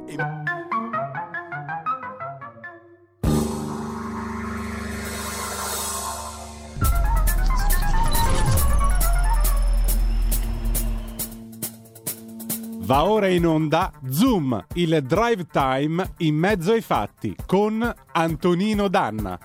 Va ora in onda Zoom, il drive time in mezzo ai fatti con Antonino Danna.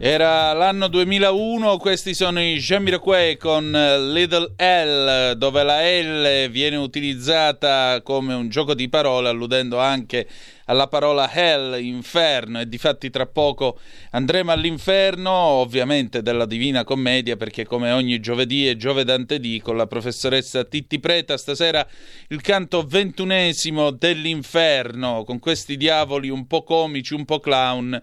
Era l'anno 2001, questi sono i Jamiroquai con Little L, dove la L viene utilizzata come un gioco di parole, alludendo anche alla parola hell, inferno, e difatti tra poco andremo all'inferno, ovviamente della Divina Commedia, perché come ogni giovedì è giovedantedì con la professoressa Titti Preta. Stasera il canto 21esimo dell'inferno, con questi diavoli un po' comici, un po' clown,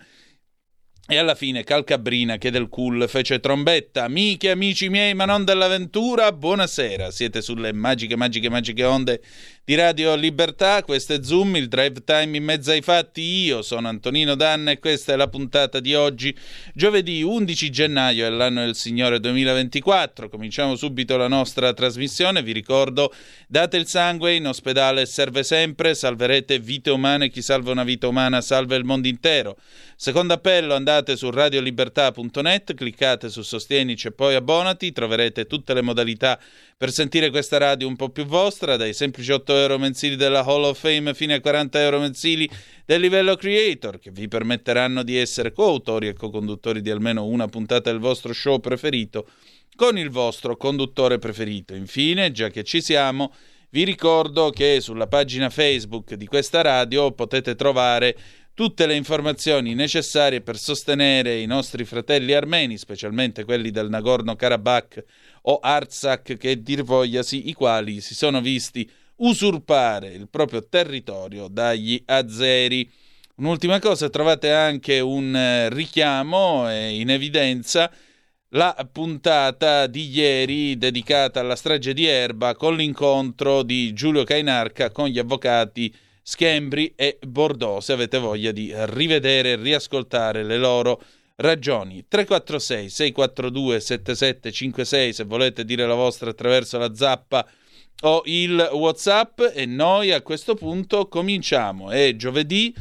e alla fine Calcabrina che del cool fece trombetta. Amiche, amici miei, ma non dell'avventura, buonasera. Siete sulle magiche onde di Radio Libertà. Questo è Zoom, il drive time in mezzo ai fatti. Io sono Antonino Danna e questa è la puntata di oggi, giovedì 11 gennaio dell'anno del Signore 2024. Cominciamo subito la nostra trasmissione. Vi ricordo, date il sangue, in ospedale serve sempre, salverete vite umane. Chi salva una vita umana salva il mondo intero. Secondo appello, andate su radiolibertà.net, cliccate su Sostienici e poi abbonati, troverete tutte le modalità per sentire questa radio un po' più vostra, dai semplici 8 euro mensili della Hall of Fame fino ai 40 euro mensili del livello Creator, che vi permetteranno di essere coautori e co-conduttori di almeno una puntata del vostro show preferito con il vostro conduttore preferito. Infine, già che ci siamo, vi ricordo che sulla pagina Facebook di questa radio potete trovare tutte le informazioni necessarie per sostenere i nostri fratelli armeni, specialmente quelli del Nagorno-Karabakh o Artsakh, che dir vogliasi, i quali si sono visti usurpare il proprio territorio dagli azeri. Un'ultima cosa, trovate anche un richiamo in evidenza la puntata di ieri dedicata alla strage di Erba, con l'incontro di Giulio Cainarca con gli avvocati Schembri e Bordeaux, se avete voglia di rivedere e riascoltare le loro ragioni. 346 642 7756 se volete dire la vostra attraverso la zappa o il WhatsApp, e noi a questo punto cominciamo. È giovedì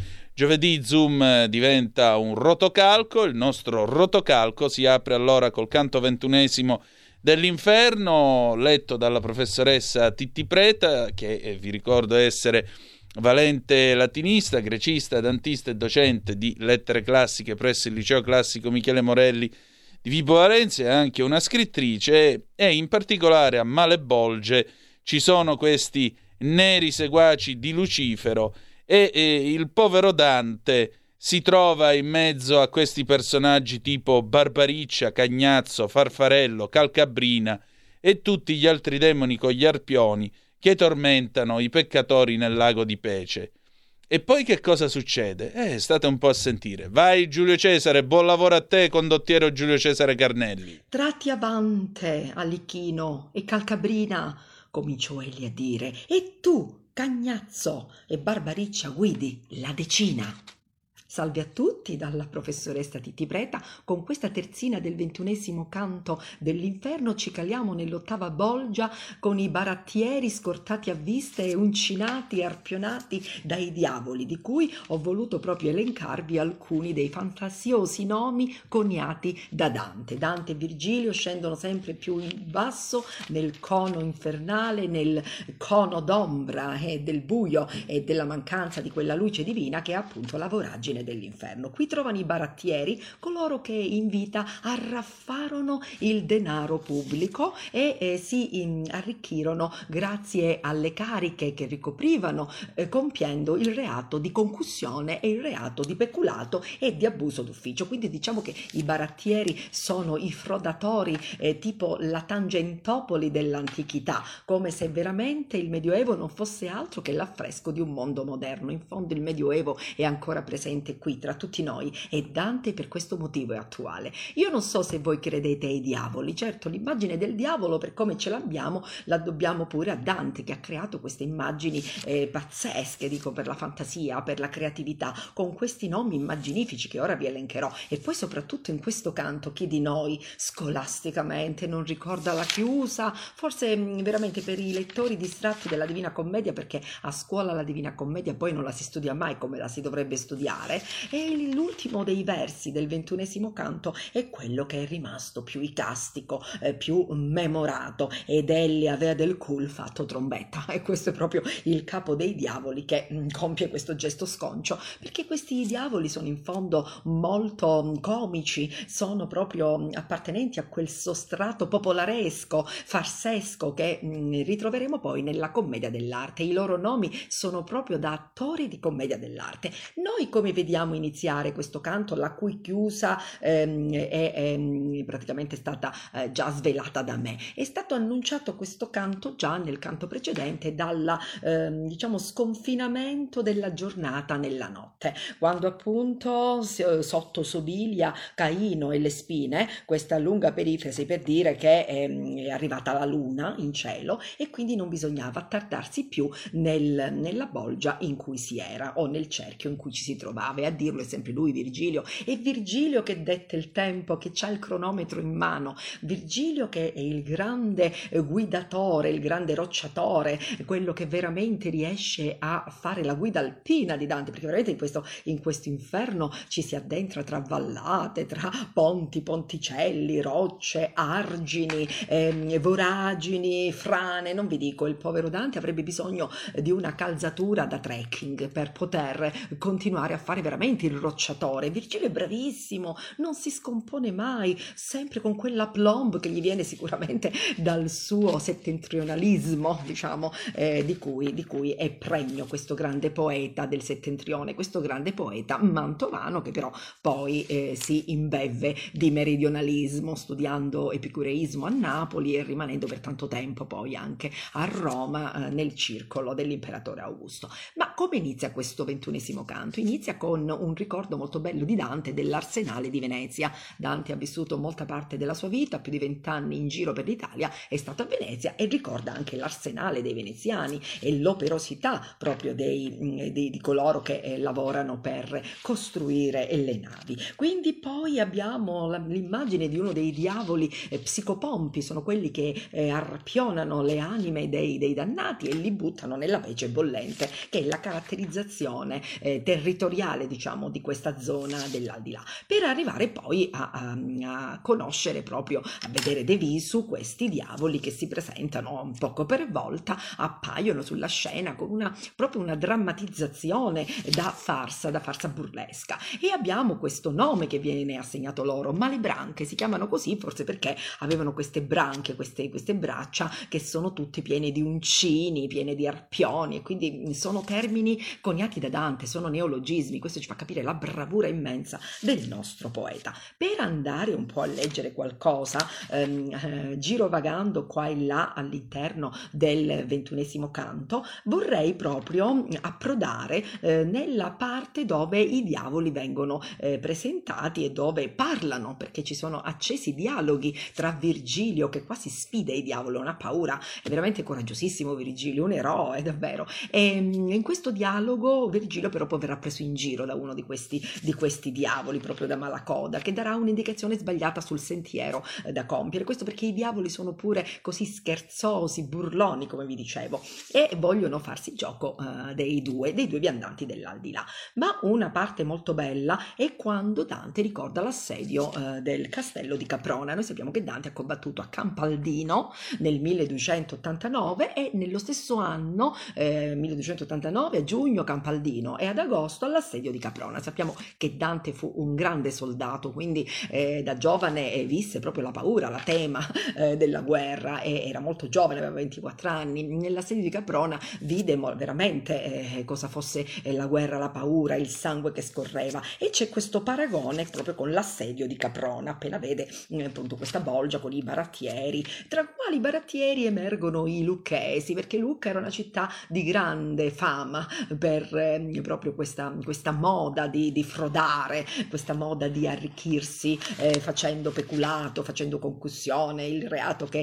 Zoom diventa un rotocalco. Il nostro rotocalco si apre allora col canto 21esimo dell'inferno, letto dalla professoressa Titti Preta, che vi ricordo essere valente latinista, grecista, dantista e docente di lettere classiche presso il liceo classico Michele Morelli di Vibo Valentia, è anche una scrittrice, e in particolare a Malebolge ci sono questi neri seguaci di Lucifero, e il povero Dante si trova in mezzo a questi personaggi tipo Barbariccia, Cagnazzo, Farfarello, Calcabrina e tutti gli altri demoni con gli arpioni che tormentano i peccatori nel lago di Pece. E poi che cosa succede? State un po' a sentire. Vai Giulio Cesare, buon lavoro a te, condottiero Giulio Cesare Carnelli. Tratti avante, Alichino e Calcabrina, cominciò egli a dire, e tu, Cagnazzo e Barbariccia, guidi la decina. Salve a tutti dalla professoressa Titti Preta. Con questa terzina del 21esimo canto dell'inferno ci caliamo nell'8ª bolgia con i barattieri scortati a vista e uncinati e arpionati dai diavoli, di cui ho voluto proprio elencarvi alcuni dei fantasiosi nomi coniati da Dante. Dante e Virgilio scendono sempre più in basso nel cono infernale, nel cono d'ombra del buio e della mancanza di quella luce divina che è appunto la voragine dell'inferno. Qui trovano i barattieri, coloro che in vita arraffarono il denaro pubblico e si arricchirono grazie alle cariche che ricoprivano, compiendo il reato di concussione e il reato di peculato e di abuso d'ufficio. Quindi diciamo che i barattieri sono i frodatori tipo la Tangentopoli dell'antichità, come se veramente il Medioevo non fosse altro che l'affresco di un mondo moderno. In fondo il Medioevo è ancora presente qui tra tutti noi, e Dante per questo motivo è attuale. Io non so se voi credete ai diavoli. Certo, l'immagine del diavolo, per come ce l'abbiamo, la dobbiamo pure a Dante, che ha creato queste immagini pazzesche, dico, per la fantasia, per la creatività, con questi nomi immaginifici che ora vi elencherò. E poi soprattutto in questo canto, chi di noi scolasticamente non ricorda la chiusa? Forse veramente per i lettori distratti della Divina Commedia, perché a scuola la Divina Commedia poi non la si studia mai come la si dovrebbe studiare, Dante, e l'ultimo dei versi del 21° canto è quello che è rimasto più icastico, più memorato, ed egli aveva del cul fatto trombetta, e questo è proprio il capo dei diavoli che compie questo gesto sconcio, perché questi diavoli sono in fondo molto comici, sono proprio appartenenti a quel sostrato popolaresco, farsesco che ritroveremo poi nella commedia dell'arte. I loro nomi sono proprio da attori di commedia dell'arte. Noi come vediamo iniziare questo canto, la cui chiusa è praticamente stata già svelata da me? È stato annunciato questo canto già nel canto precedente dalla diciamo sconfinamento della giornata nella notte, quando appunto sotto Sobilia Caino e le spine, questa lunga perifrasi per dire che è arrivata la luna in cielo e quindi non bisognava attardarsi più nella bolgia in cui si era o nel cerchio in cui ci si trovava, e a dirlo è sempre lui, Virgilio. E Virgilio che dette il tempo, che c'ha il cronometro in mano, Virgilio che è il grande guidatore, il grande rocciatore, quello che veramente riesce a fare la guida alpina di Dante, perché veramente in questo inferno ci si addentra tra vallate, tra ponti, ponticelli, rocce, argini, voragini, frane. Non vi dico, il povero Dante avrebbe bisogno di una calzatura da trekking per poter continuare a fare veramente il rocciatore. Virgilio è bravissimo, non si scompone mai, sempre con quella plomb che gli viene sicuramente dal suo settentrionalismo, diciamo, di cui è pregno questo grande poeta del settentrione, questo grande poeta mantovano, che però poi si imbeve di meridionalismo, studiando epicureismo a Napoli e rimanendo per tanto tempo poi anche a Roma nel circolo dell'imperatore Augusto. Ma come inizia questo 21° canto? Inizia con un ricordo molto bello di Dante dell'Arsenale di Venezia. Dante ha vissuto molta parte della sua vita, più di 20 anni in giro per l'Italia, è stato a Venezia e ricorda anche l'Arsenale dei veneziani e l'operosità proprio di coloro che lavorano per costruire le navi. Quindi poi abbiamo l'immagine di uno dei diavoli psicopompi, sono quelli che arpionano le anime dei dannati e li buttano nella pece bollente, che è la caratterizzazione territoriale, diciamo, di questa zona dell'aldilà, per arrivare poi a conoscere, proprio a vedere de visu questi diavoli che si presentano poco per volta, appaiono sulla scena con proprio una drammatizzazione da farsa burlesca, e abbiamo questo nome che viene assegnato loro, malebranche. Si chiamano così forse perché avevano queste branche, queste braccia che sono tutte piene di uncini, piene di arpioni, e quindi sono termini coniati da Dante, sono neologismi. Questo ci fa capire la bravura immensa del nostro poeta. Per andare un po' a leggere qualcosa, girovagando qua e là all'interno del 21° canto, vorrei proprio approdare nella parte dove i diavoli vengono presentati e dove parlano, perché ci sono accesi dialoghi tra Virgilio, che quasi sfida i diavoli, una paura, è veramente coraggiosissimo Virgilio, un eroe davvero, e in questo dialogo Virgilio però poi verrà preso in giro da uno di questi diavoli, proprio da Malacoda, che darà un'indicazione sbagliata sul sentiero da compiere. Questo perché i diavoli sono pure così scherzosi, burloni, come vi dicevo, e vogliono farsi gioco dei due viandanti dell'aldilà. Ma una parte molto bella è quando Dante ricorda l'assedio del castello di Caprona. Noi sappiamo che Dante ha combattuto a Campaldino nel 1289 e nello stesso anno 1289 a giugno Campaldino e ad agosto all'assedio di Caprona. Sappiamo che Dante fu un grande soldato, quindi da giovane visse proprio la paura, la tema della guerra, e era molto giovane, aveva 24 anni. Nell'assedio di Caprona vide veramente cosa fosse la guerra, la paura, il sangue che scorreva, e c'è questo paragone proprio con l'assedio di Caprona, appena vede appunto questa bolgia con i barattieri, tra quali barattieri emergono i lucchesi, perché Lucca era una città di grande fama per proprio questa moda di frodare, questa moda di arricchirsi facendo peculato, facendo concussione, il reato che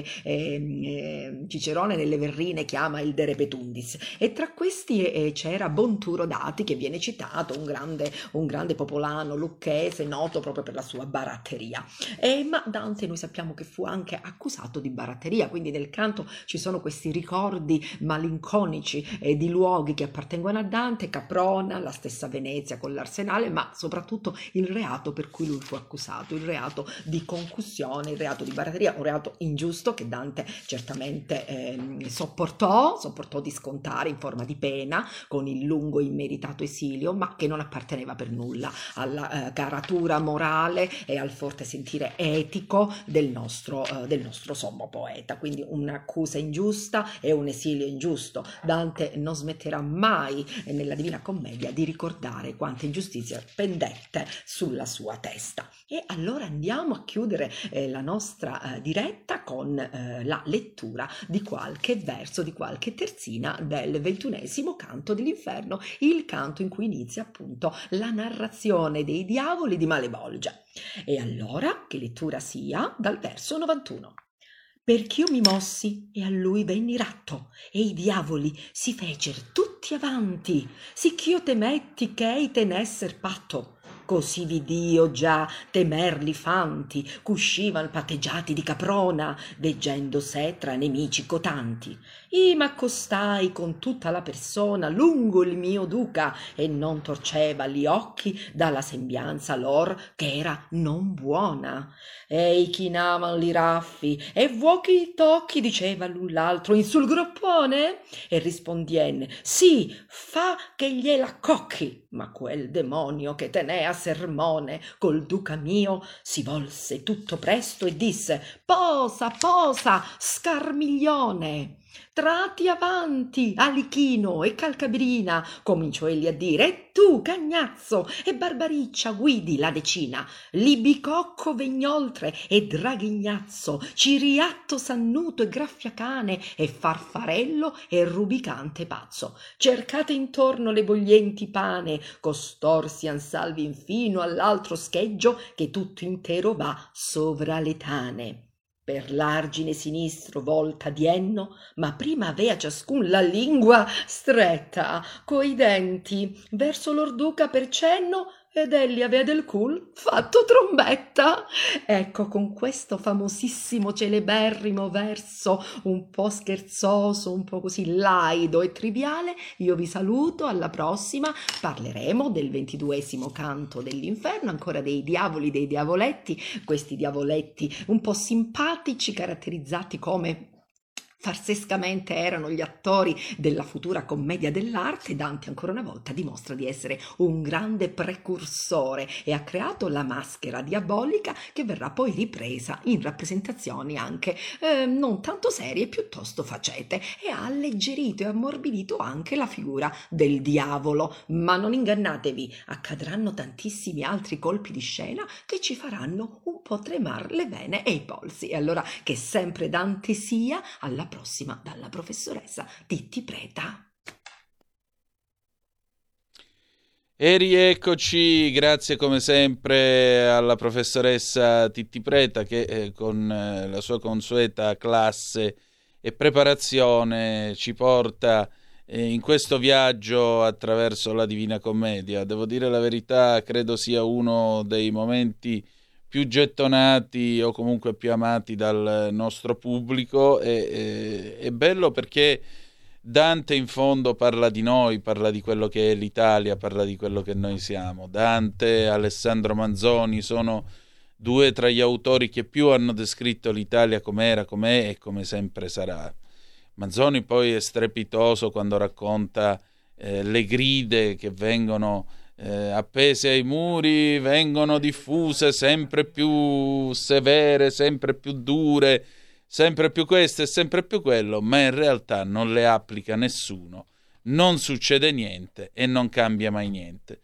Cicerone nelle Verrine chiama il de repetundis. E tra questi c'era Bonturo Dati, che viene citato, un grande popolano lucchese noto proprio per la sua baratteria. Ma Dante noi sappiamo che fu anche accusato di baratteria, quindi nel canto ci sono questi ricordi malinconici di luoghi che appartengono a Dante, Caprona, la stessa Venezia Venezia con l'Arsenale, ma soprattutto il reato per cui lui fu accusato, il reato di concussione, il reato di baratteria, un reato ingiusto che Dante certamente sopportò di scontare in forma di pena con il lungo immeritato esilio, ma che non apparteneva per nulla alla caratura morale e al forte sentire etico del nostro sommo poeta. Quindi un'accusa ingiusta e un esilio ingiusto. Dante non smetterà mai nella Divina Commedia di ricordare quante ingiustizie pendette sulla sua testa. E allora andiamo a chiudere la nostra diretta con la lettura di qualche verso, di qualche terzina del 21° canto dell'Inferno, il canto in cui inizia appunto la narrazione dei diavoli di Malebolgia. E allora che lettura sia dal verso 91. Perch'io mi mossi e a lui venni ratto, e i diavoli si fecer tutti avanti, sicch'io temetti che ei tenesser patto. Così vidi io già temerli fanti, c'uscivan patteggiati di caprona, veggendo sé tra nemici cotanti. I m'accostai con tutta la persona lungo il mio duca, e non torceva gli occhi dalla sembianza lor che era non buona. Ei chinavan li raffi, e vuoi chi tocchi, diceva l'un l'altro, in sul groppone? E rispondienne, sì, fa che gliela cocchi. Ma quel demonio che tenea sermone col duca mio si volse tutto presto e disse, posa, scarmiglione. Tratti avanti, Alichino e Calcabrina, cominciò egli a dire, e tu, Cagnazzo e Barbariccia, guidi la decina, Libicocco Vegnoltre e Draghignazzo, Ciriatto Sannuto e Graffiacane e Farfarello e Rubicante Pazzo. Cercate intorno le boglienti pane, costor sian salvi infino all'altro scheggio che tutto intero va sovra le tane. Per l'argine sinistro volta dienno, ma prima avea ciascun la lingua stretta, coi denti, verso lor duca per cenno, ed egli avea del cul fatto trombetta. Ecco, con questo famosissimo celeberrimo verso, un po' scherzoso, un po' così laido e triviale, io vi saluto, alla prossima. Parleremo del 22° canto dell'Inferno, ancora dei diavoli, dei diavoletti, questi diavoletti un po' simpatici, caratterizzati come farsescamente erano gli attori della futura commedia dell'arte. Dante ancora una volta dimostra di essere un grande precursore e ha creato la maschera diabolica che verrà poi ripresa in rappresentazioni anche non tanto serie, piuttosto facete, e ha alleggerito e ammorbidito anche la figura del diavolo. Ma non ingannatevi, accadranno tantissimi altri colpi di scena che ci faranno un po' tremare le vene e i polsi. E allora che sempre Dante sia, alla prossima dalla professoressa Titti Preta. E rieccoci, grazie come sempre alla professoressa Titti Preta che con la sua consueta classe e preparazione ci porta in questo viaggio attraverso la Divina Commedia. Devo dire la verità, credo sia uno dei momenti più gettonati o comunque più amati dal nostro pubblico. È bello perché Dante in fondo parla di noi, parla di quello che è l'Italia, parla di quello che noi siamo. Dante e Alessandro Manzoni sono due tra gli autori che più hanno descritto l'Italia com'era, com'è e come sempre sarà. Manzoni poi è strepitoso quando racconta le gride che vengono appese ai muri, vengono diffuse sempre più severe, sempre più dure, sempre più questo e sempre più quello, ma in realtà non le applica nessuno, non succede niente e non cambia mai niente.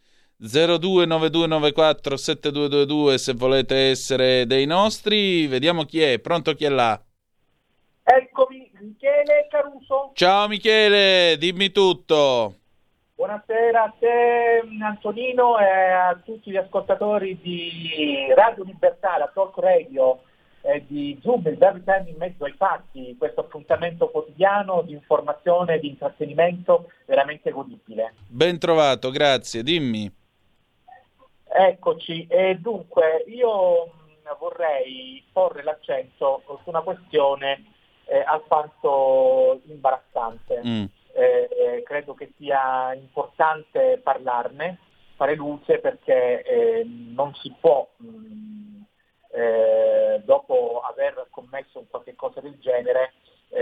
0292947222 se volete essere dei nostri. Vediamo chi è, pronto, chi è là? Eccomi, Michele Caruso. Ciao Michele, dimmi tutto. Buonasera a te Antonino e a tutti gli ascoltatori di Radio Libertà, la Talk Radio e di Zoom, il Drive Time in mezzo ai fatti, questo appuntamento quotidiano di informazione e di intrattenimento veramente godibile. Ben trovato, grazie, dimmi. Eccoci, e dunque io vorrei porre l'accento su una questione alquanto imbarazzante. Credo che sia importante parlarne fare luce, perché non si può dopo aver commesso un qualche cosa del genere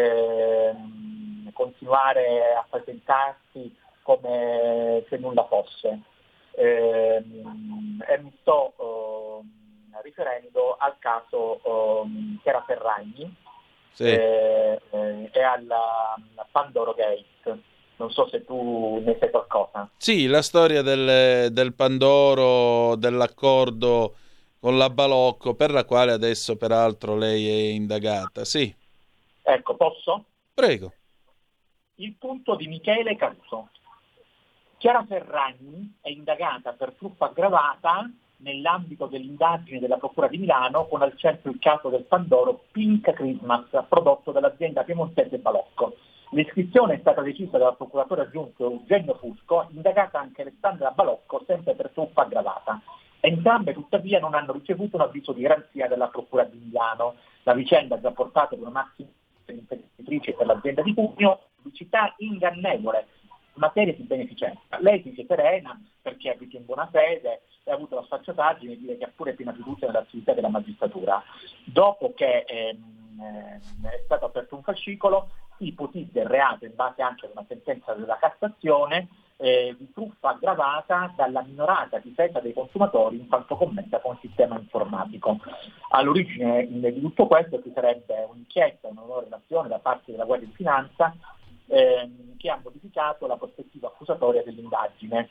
continuare a presentarsi come se nulla fosse. E mi sto riferendo al caso Chiara Ferragni, Sì. E alla Pandoro Gate. Non so se tu ne sai qualcosa. Sì, la storia del Pandoro, dell'accordo con la Balocco, per la quale adesso peraltro lei è indagata. Sì, Ecco, posso? prego. Il punto di Michele Caruso. Chiara Ferragni è indagata per truffa aggravata nell'ambito dell'indagine della Procura di Milano, con al centro il caso del Pandoro Pink Christmas, prodotto dall'azienda piemontese Balocco. L'iscrizione è stata decisa dal procuratore aggiunto Eugenio Fusco, indagata anche Alessandra Balocco, sempre per truffa aggravata. Entrambe tuttavia non hanno ricevuto un avviso di garanzia dalla Procura di Milano. La vicenda ha già portato ad una massima imprenditrice per l'azienda di Cuneo, pubblicità ingannevole in materia di beneficenza. Lei si dice serena perché abita in buona fede e ha avuto la sfacciataggine di dire che ha pure piena fiducia nell'attività della magistratura. Dopo che è stato aperto un fascicolo, si ipotizza il reato, in base anche ad una sentenza della Cassazione, di truffa aggravata dalla minorata difesa dei consumatori in quanto commessa con sistema informatico. All'origine di tutto questo ci sarebbe un'inchiesta, una nuova relazione da parte della Guardia di Finanza che ha modificato la prospettiva accusatoria dell'indagine.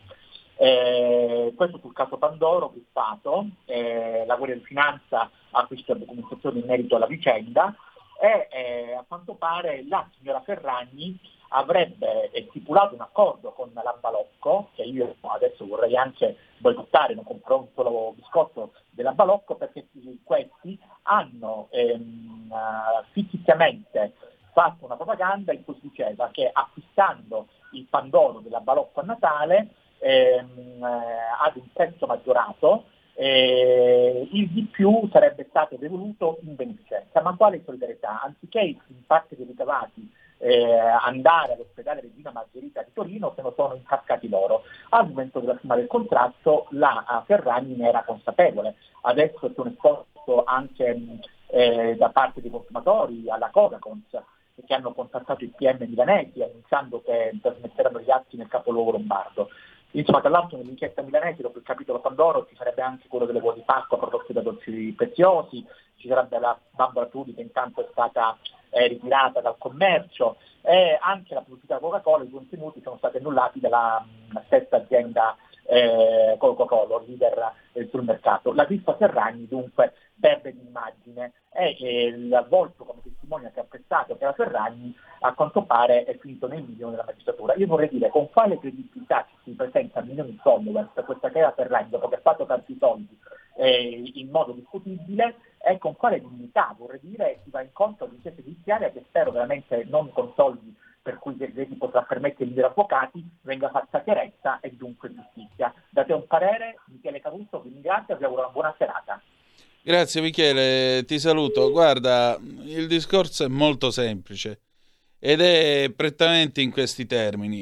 Questo sul caso Pandoro griffato, la Guardia di Finanza ha acquisito documentazione in merito alla vicenda e a quanto pare la signora Ferragni avrebbe stipulato un accordo con la Balocco, che io adesso vorrei anche boicottare, non comprerò un solo biscotto della Balocco, perché questi hanno fittiziamente fatto una propaganda in cui si diceva che acquistando il Pandoro della Balocco a Natale ad un prezzo maggiorato il di più sarebbe stato devoluto in beneficenza. Ma quale solidarietà? Anziché in parte dei ricavati andare all'ospedale Regina Margherita di Torino, se ne sono intascati loro. Al momento della firma del contratto la Ferragni ne era consapevole. Adesso sono esposto anche da parte dei consumatori alla Codacons, che hanno contattato i PM milanesi annunciando che trasmetteranno gli atti nel capoluogo lombardo. Insomma, tra l'altro nell'inchiesta milanese, dopo il capitolo Pandoro, ci sarebbe anche quello delle uova di Pasqua prodotte da dolci preziosi, ci sarebbe la bambola Trudi che intanto è stata ritirata dal commercio, e anche la pubblicità Coca-Cola, i contenuti sono stati annullati dalla stessa azienda Coca-Cola, leader sul mercato. La griffa Ferragni dunque perde l'immagine e il volto come testimonia che ha prestato che la Ferragni a quanto pare è finito nel milione della magistratura. Io vorrei dire con quale credibilità si presenta a milioni di followers questa Chiara Ferragni dopo che ha fatto tanti soldi in modo discutibile, e con quale dignità, vorrei dire, si va incontro ad un'inchiesta giudiziaria che spero veramente non con soldi per cui si potrà permettere gli avvocati, venga fatta chiarezza e dunque giustizia. Date un parere, Michele Caruso, vi ringrazio e vi auguro una buona serata. Grazie Michele, ti saluto. Guarda, il discorso è molto semplice ed è prettamente in questi termini.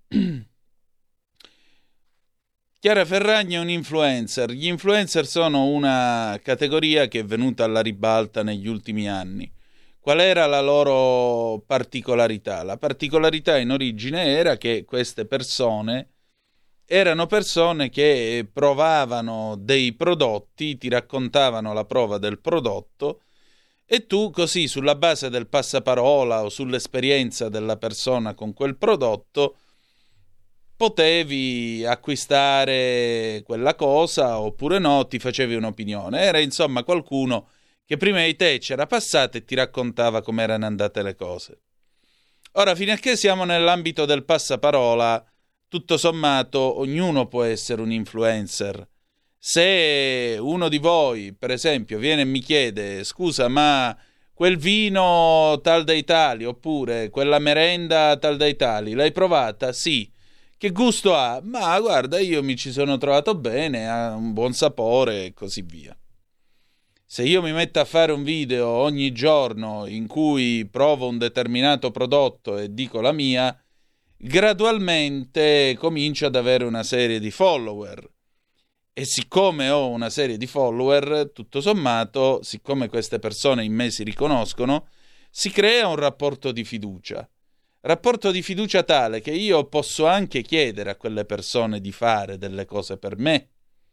Chiara Ferragni è un influencer. Gli influencer sono una categoria che è venuta alla ribalta negli ultimi anni. Qual era la loro particolarità? La particolarità in origine era che queste persone erano persone che provavano dei prodotti, ti raccontavano la prova del prodotto e tu così sulla base del passaparola o sull'esperienza della persona con quel prodotto potevi acquistare quella cosa oppure no, ti facevi un'opinione. Era insomma qualcuno che prima di te c'era passato e ti raccontava come erano andate le cose. Ora, fino a che siamo nell'ambito del passaparola, tutto sommato ognuno può essere un influencer. Se uno di voi, per esempio, viene e mi chiede scusa, ma quel vino tal dei tali oppure quella merenda tal dei tali l'hai provata? Sì. Che gusto ha? Ma guarda, io mi ci sono trovato bene, ha un buon sapore e così via. Se io mi metto a fare un video ogni giorno in cui provo un determinato prodotto e dico la mia, gradualmente comincio ad avere una serie di follower. E siccome ho una serie di follower, tutto sommato, siccome queste persone in me si riconoscono, si crea un rapporto di fiducia. Rapporto di fiducia tale che io posso anche chiedere a quelle persone di fare delle cose per me.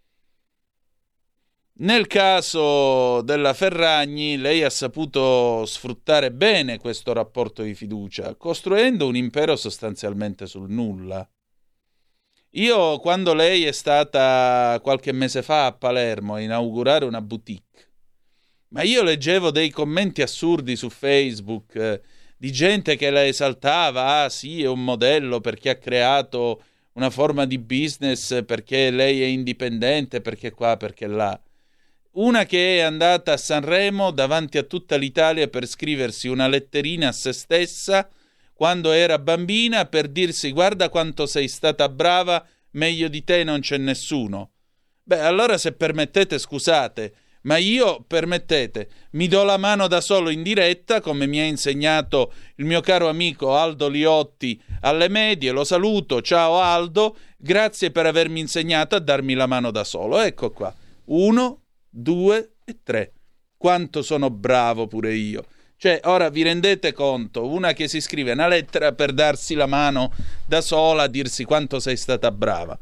Nel caso della Ferragni, lei ha saputo sfruttare bene questo rapporto di fiducia, costruendo un impero sostanzialmente sul nulla. Io, quando lei è stata qualche mese fa a Palermo a inaugurare una boutique, ma io leggevo dei commenti assurdi su Facebook di gente che la esaltava, ah sì, è un modello perché ha creato una forma di business, perché lei è indipendente, perché qua, perché là. Una che è andata a Sanremo davanti a tutta l'Italia per scriversi una letterina a se stessa quando era bambina per dirsi guarda quanto sei stata brava, meglio di te non c'è nessuno. Beh, allora se permettete, scusate, ma io, permettete, mi do la mano da solo in diretta, come mi ha insegnato il mio caro amico Aldo Liotti alle medie, lo saluto, ciao Aldo, grazie per avermi insegnato a darmi la mano da solo. Ecco qua, 1, 2 e 3. Quanto sono bravo pure io. Cioè, ora vi rendete conto, una che si scrive una lettera per darsi la mano da sola, a dirsi quanto sei stata brava.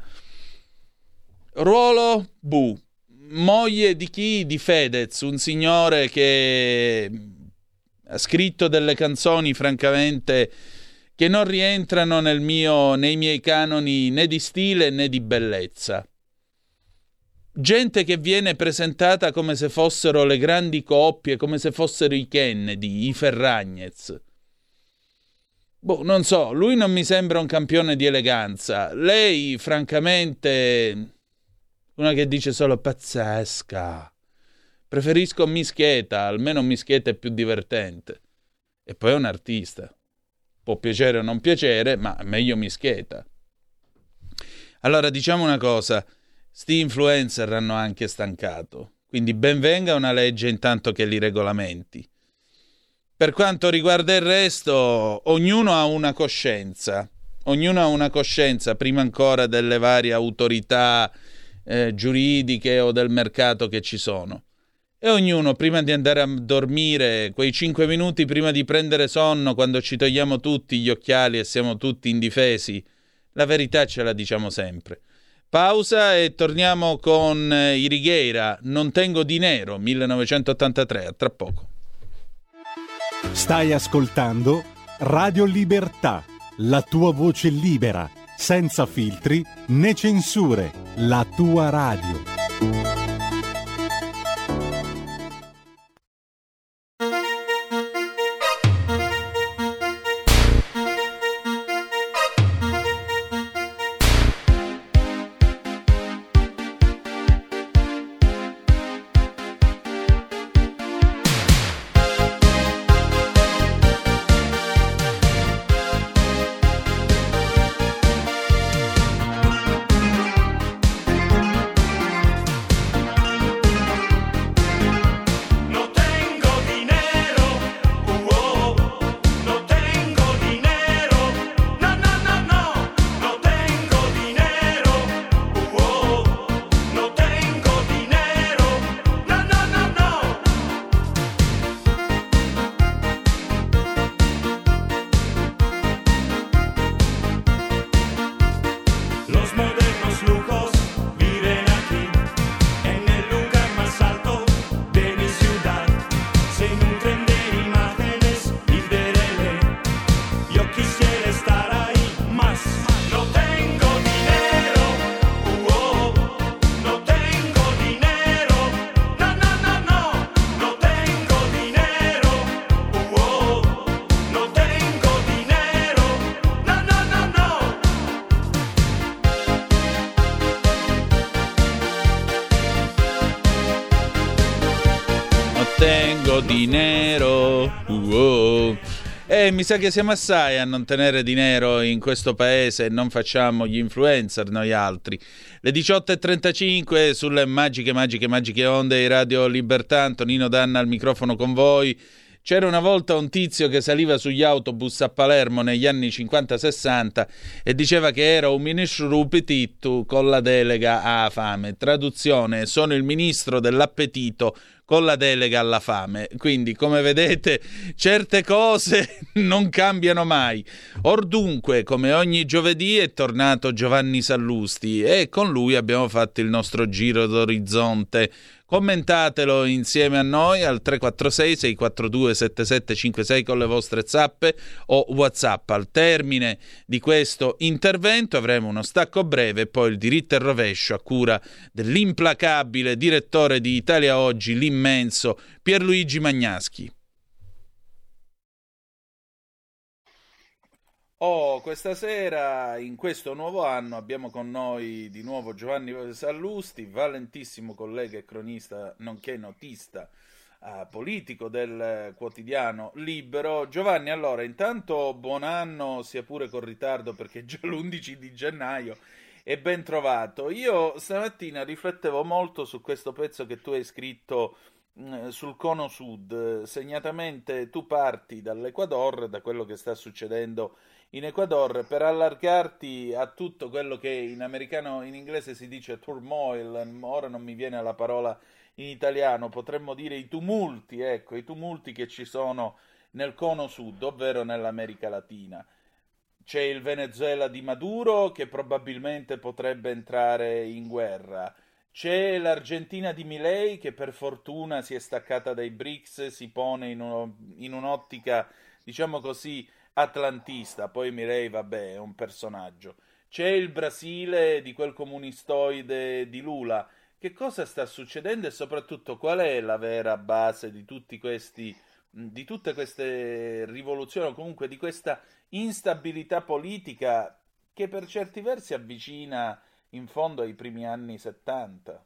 Ruolo Bu, moglie di chi? Di Fedez, un signore che ha scritto delle canzoni francamente che non rientrano nei miei canoni né di stile né di bellezza. Gente che viene presentata come se fossero le grandi coppie, come se fossero i Kennedy, i Ferragnez. Boh, non so, lui non mi sembra un campione di eleganza. Lei, francamente, una che dice solo pazzesca. Preferisco Mischieta, almeno Mischieta è più divertente. E poi è un artista. Può piacere o non piacere, ma meglio Mischieta. Allora, diciamo una cosa. Sti influencer hanno anche stancato, quindi ben venga una legge intanto che li regolamenti. Per quanto riguarda il resto, ognuno ha una coscienza prima ancora delle varie autorità giuridiche o del mercato che ci sono. E ognuno, prima di andare a dormire, quei 5 minuti prima di prendere sonno, quando ci togliamo tutti gli occhiali e siamo tutti indifesi, la verità ce la diciamo sempre. Pausa e torniamo con i Righeira, Non tengo dinero, 1983, a tra poco. Stai ascoltando Radio Libertà, la tua voce libera, senza filtri né censure, la tua radio. Dinero. Mi sa che siamo assai a non tenere dinero in questo paese e non facciamo gli influencer noi altri. Le 18.35 sulle magiche onde di Radio Libertà. Antonino Danna al microfono con voi. C'era una volta un tizio che saliva sugli autobus a Palermo negli anni 50-60 e diceva che era un ministro rupetitto con la delega alla fame. Traduzione: sono il ministro dell'appetito con la delega alla fame. Quindi, come vedete, certe cose non cambiano mai. Or dunque, come ogni giovedì, è tornato Giovanni Sallusti e con lui abbiamo fatto il nostro giro d'orizzonte. Commentatelo insieme a noi al 346-642-7756 con le vostre zappe o WhatsApp. Al termine di questo intervento avremo uno stacco breve e poi il diritto e rovescio a cura dell'implacabile direttore di Italia Oggi, l'immenso Pierluigi Magnaschi. Questa sera, in questo nuovo anno, abbiamo con noi di nuovo Giovanni Sallusti, valentissimo collega e cronista, nonché notista politico del quotidiano Libero. Giovanni, allora, intanto buon anno, sia pure con ritardo perché è già l'11 di gennaio, e ben trovato. Io stamattina riflettevo molto su questo pezzo che tu hai scritto sul Cono Sud. Segnatamente tu parti dall'Ecuador, da quello che sta succedendo in Ecuador, per allargarti a tutto quello che in americano, in inglese si dice turmoil, ora non mi viene la parola in italiano, potremmo dire i tumulti, ecco, i tumulti che ci sono nel Cono Sud, ovvero nell'America Latina. C'è il Venezuela di Maduro che probabilmente potrebbe entrare in guerra. C'è l'Argentina di Milei che per fortuna si è staccata dai BRICS, si pone in un'ottica, diciamo così, atlantista. Poi Milei, vabbè, è un personaggio. C'è il Brasile di quel comunistoide di Lula. Che cosa sta succedendo e soprattutto qual è la vera base di tutte queste rivoluzioni, o comunque di questa instabilità politica che per certi versi avvicina in fondo ai primi anni 70.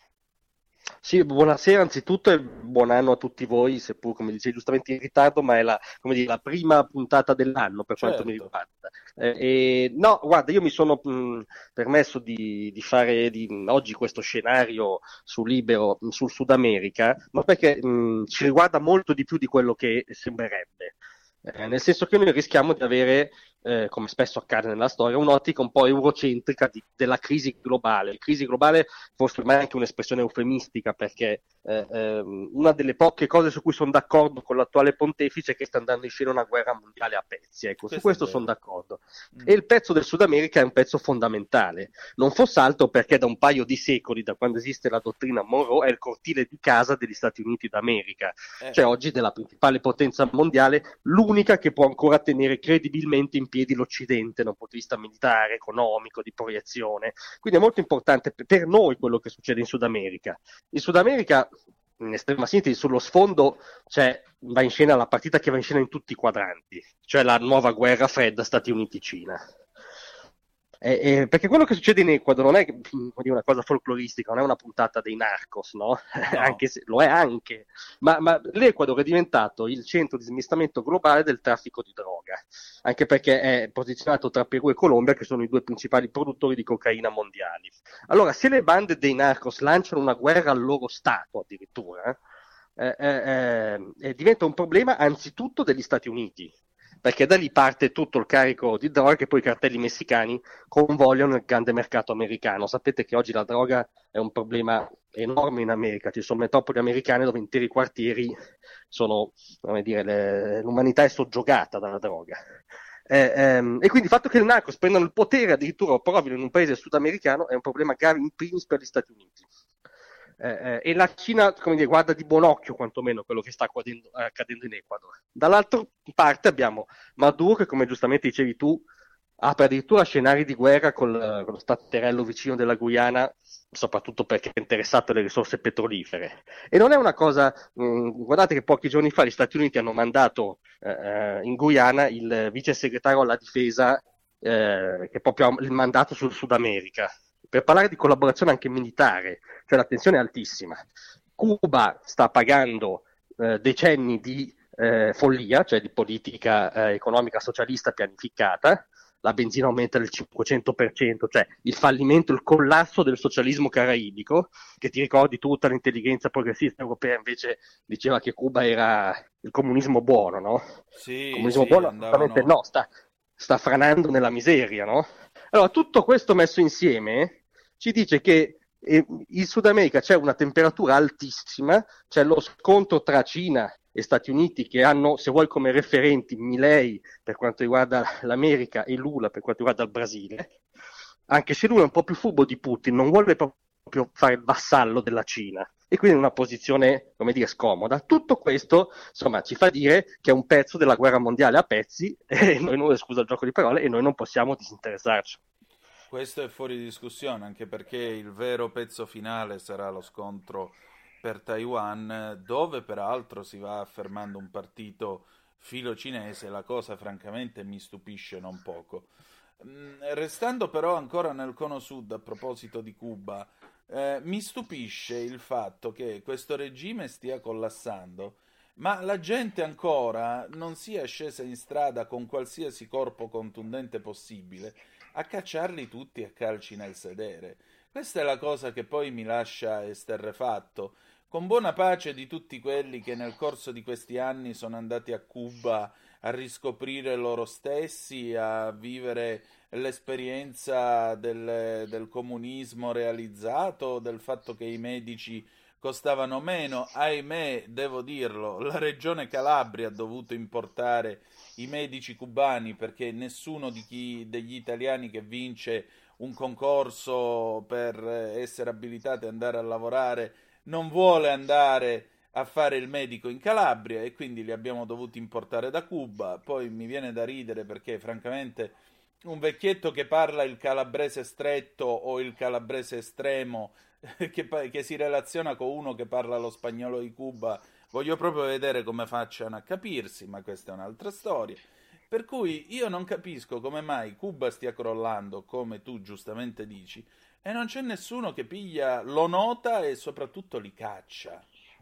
Sì, buonasera anzitutto e buon anno a tutti voi, seppur come dicevi giustamente in ritardo, ma è la prima puntata dell'anno per quanto mi riguarda. No, guarda, io mi sono permesso di fare oggi questo scenario su Libero sul Sud America, ma perché ci riguarda molto di più di quello che sembrerebbe. Nel senso che noi rischiamo di avere, come spesso accade nella storia, un'ottica un po' eurocentrica della crisi globale. Crisi globale forse ormai è anche un'espressione eufemistica, perché una delle poche cose su cui sono d'accordo con l'attuale pontefice è che sta andando in scena una guerra mondiale a pezzi. Ecco, su questo sono d'accordo. E il pezzo del Sud America è un pezzo fondamentale, non fosse altro perché da un paio di secoli, da quando esiste la dottrina Monroe, è il cortile di casa degli Stati Uniti d'America, cioè oggi della principale potenza mondiale, l'unica che può ancora tenere credibilmente in piedi l'Occidente da un punto di vista militare, economico, di proiezione. Quindi è molto importante per noi quello che succede in Sud America. In Sud America, in estrema sintesi, sullo sfondo va in scena la partita che va in scena in tutti i quadranti, cioè la nuova guerra fredda Stati Uniti-Cina. Perché quello che succede in Ecuador non è una cosa folcloristica, non è una puntata dei Narcos, no? No. Anche se lo è anche, ma l'Ecuador è diventato il centro di smistamento globale del traffico di droga, anche perché è posizionato tra Perù e Colombia, che sono i due principali produttori di cocaina mondiali. Allora, se le bande dei Narcos lanciano una guerra al loro Stato addirittura, diventa un problema anzitutto degli Stati Uniti, perché da lì parte tutto il carico di droga che poi i cartelli messicani convogliano nel grande mercato americano. Sapete che oggi la droga è un problema enorme in America, ci sono metropoli americane dove interi quartieri sono, come dire, l'umanità è soggiogata dalla droga. E quindi il fatto che il Narcos prendano il potere, addirittura lo provino in un paese sudamericano, è un problema grave in primis per gli Stati Uniti. E la Cina, come dire, guarda di buon occhio quantomeno quello che sta accadendo in Ecuador. Dall'altra parte abbiamo Maduro che, come giustamente dicevi tu, apre addirittura scenari di guerra con lo staterello vicino della Guyana, soprattutto perché è interessato alle risorse petrolifere. E non è una cosa, guardate che pochi giorni fa gli Stati Uniti hanno mandato in Guyana il vice segretario alla difesa, che proprio ha il mandato sul Sud America, per parlare di collaborazione anche militare, cioè la tensione è altissima. Cuba sta pagando decenni di follia, cioè di politica economica socialista pianificata, la benzina aumenta del 500%, cioè il fallimento, il collasso del socialismo caraibico, che ti ricordi tutta l'intelligenza progressista europea invece diceva che Cuba era il comunismo buono, no? Sì, Il comunismo sì, buono assolutamente no, sta franando nella miseria, no? Allora, tutto questo messo insieme ci dice che in Sud America c'è una temperatura altissima, c'è lo scontro tra Cina e Stati Uniti che hanno, se vuoi, come referenti Milei per quanto riguarda l'America e Lula per quanto riguarda il Brasile, anche se lui è un po' più furbo di Putin, non vuole proprio fare il vassallo della Cina e quindi in una posizione, come dire, scomoda. Tutto questo, insomma, ci fa dire che è un pezzo della guerra mondiale a pezzi e noi non, scusa il gioco di parole, e noi non possiamo disinteressarci. Questo è fuori discussione, anche perché il vero pezzo finale sarà lo scontro per Taiwan, dove peraltro si va affermando un partito filo cinese, la cosa francamente mi stupisce non poco. Restando però ancora nel cono sud, a proposito di Cuba, mi stupisce il fatto che questo regime stia collassando, ma la gente ancora non sia scesa in strada con qualsiasi corpo contundente possibile a cacciarli tutti a calci nel sedere. Questa è la cosa che poi mi lascia esterrefatto, con buona pace di tutti quelli che nel corso di questi anni sono andati a Cuba a riscoprire loro stessi, a vivere l'esperienza del comunismo realizzato, del fatto che i medici costavano meno. Ahimè, devo dirlo, la regione Calabria ha dovuto importare i medici cubani perché nessuno degli italiani che vince un concorso per essere abilitati ad andare a lavorare non vuole andare a fare il medico in Calabria e quindi li abbiamo dovuti importare da Cuba. Poi mi viene da ridere perché francamente un vecchietto che parla il calabrese stretto o il calabrese estremo che si relaziona con uno che parla lo spagnolo di Cuba, voglio proprio vedere come facciano a capirsi, ma questa è un'altra storia. Per cui io non capisco come mai Cuba stia crollando, come tu giustamente dici, e non c'è nessuno che piglia, lo nota e soprattutto li caccia.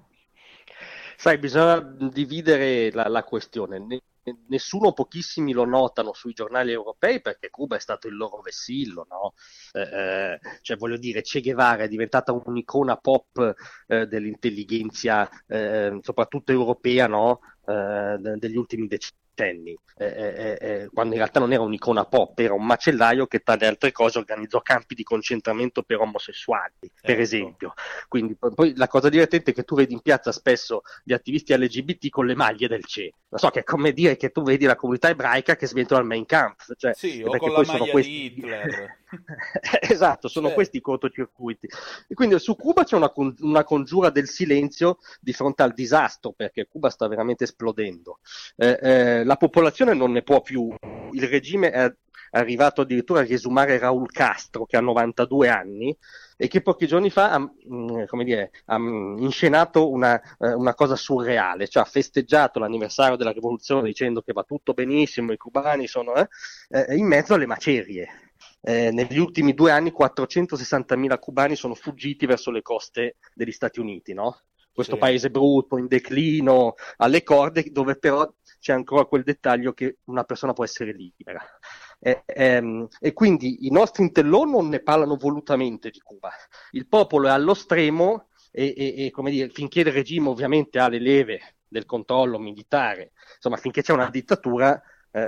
Sai, bisogna dividere la questione. Nessuno, pochissimi lo notano sui giornali europei perché Cuba è stato il loro vessillo, no? Cioè, voglio dire, Che Guevara è diventata un'icona pop dell'intelligenza, soprattutto europea, no? Degli ultimi decenni, quando in realtà non era un'icona pop, era un macellaio che tra le altre cose organizzò campi di concentramento per omosessuali, per Ecco. esempio. Quindi poi la cosa divertente è che tu vedi in piazza spesso gli attivisti LGBT con le maglie del CE. Non so, che è come dire che tu vedi la comunità ebraica che sventola il Mein Kampf, cioè, Sì, o perché con la poi sono maglia questi... di Hitler. Esatto, sono Cioè, questi i cortocircuiti. E quindi su Cuba c'è una congiura del silenzio di fronte al disastro, perché Cuba sta veramente esplodendo. La popolazione non ne può più, il regime è arrivato addirittura a riesumare Raúl Castro, che ha 92 anni, e che pochi giorni fa ha inscenato una cosa surreale, cioè ha festeggiato l'anniversario della rivoluzione dicendo che va tutto benissimo, i cubani sono in mezzo alle macerie. Negli ultimi 2 anni 460.000 cubani sono fuggiti verso le coste degli Stati Uniti, no? Questo sì. paese brutto, in declino, alle corde, dove però c'è ancora quel dettaglio che una persona può essere libera. E quindi i nostri intelloni non ne parlano volutamente di Cuba. Il popolo è allo stremo e come dire, finché il regime ovviamente ha le leve del controllo militare, insomma, finché c'è una dittatura,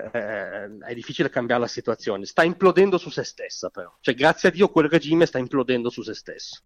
è difficile cambiare la situazione. Sta implodendo su se stessa, però. Cioè, grazie a Dio, quel regime sta implodendo su se stesso.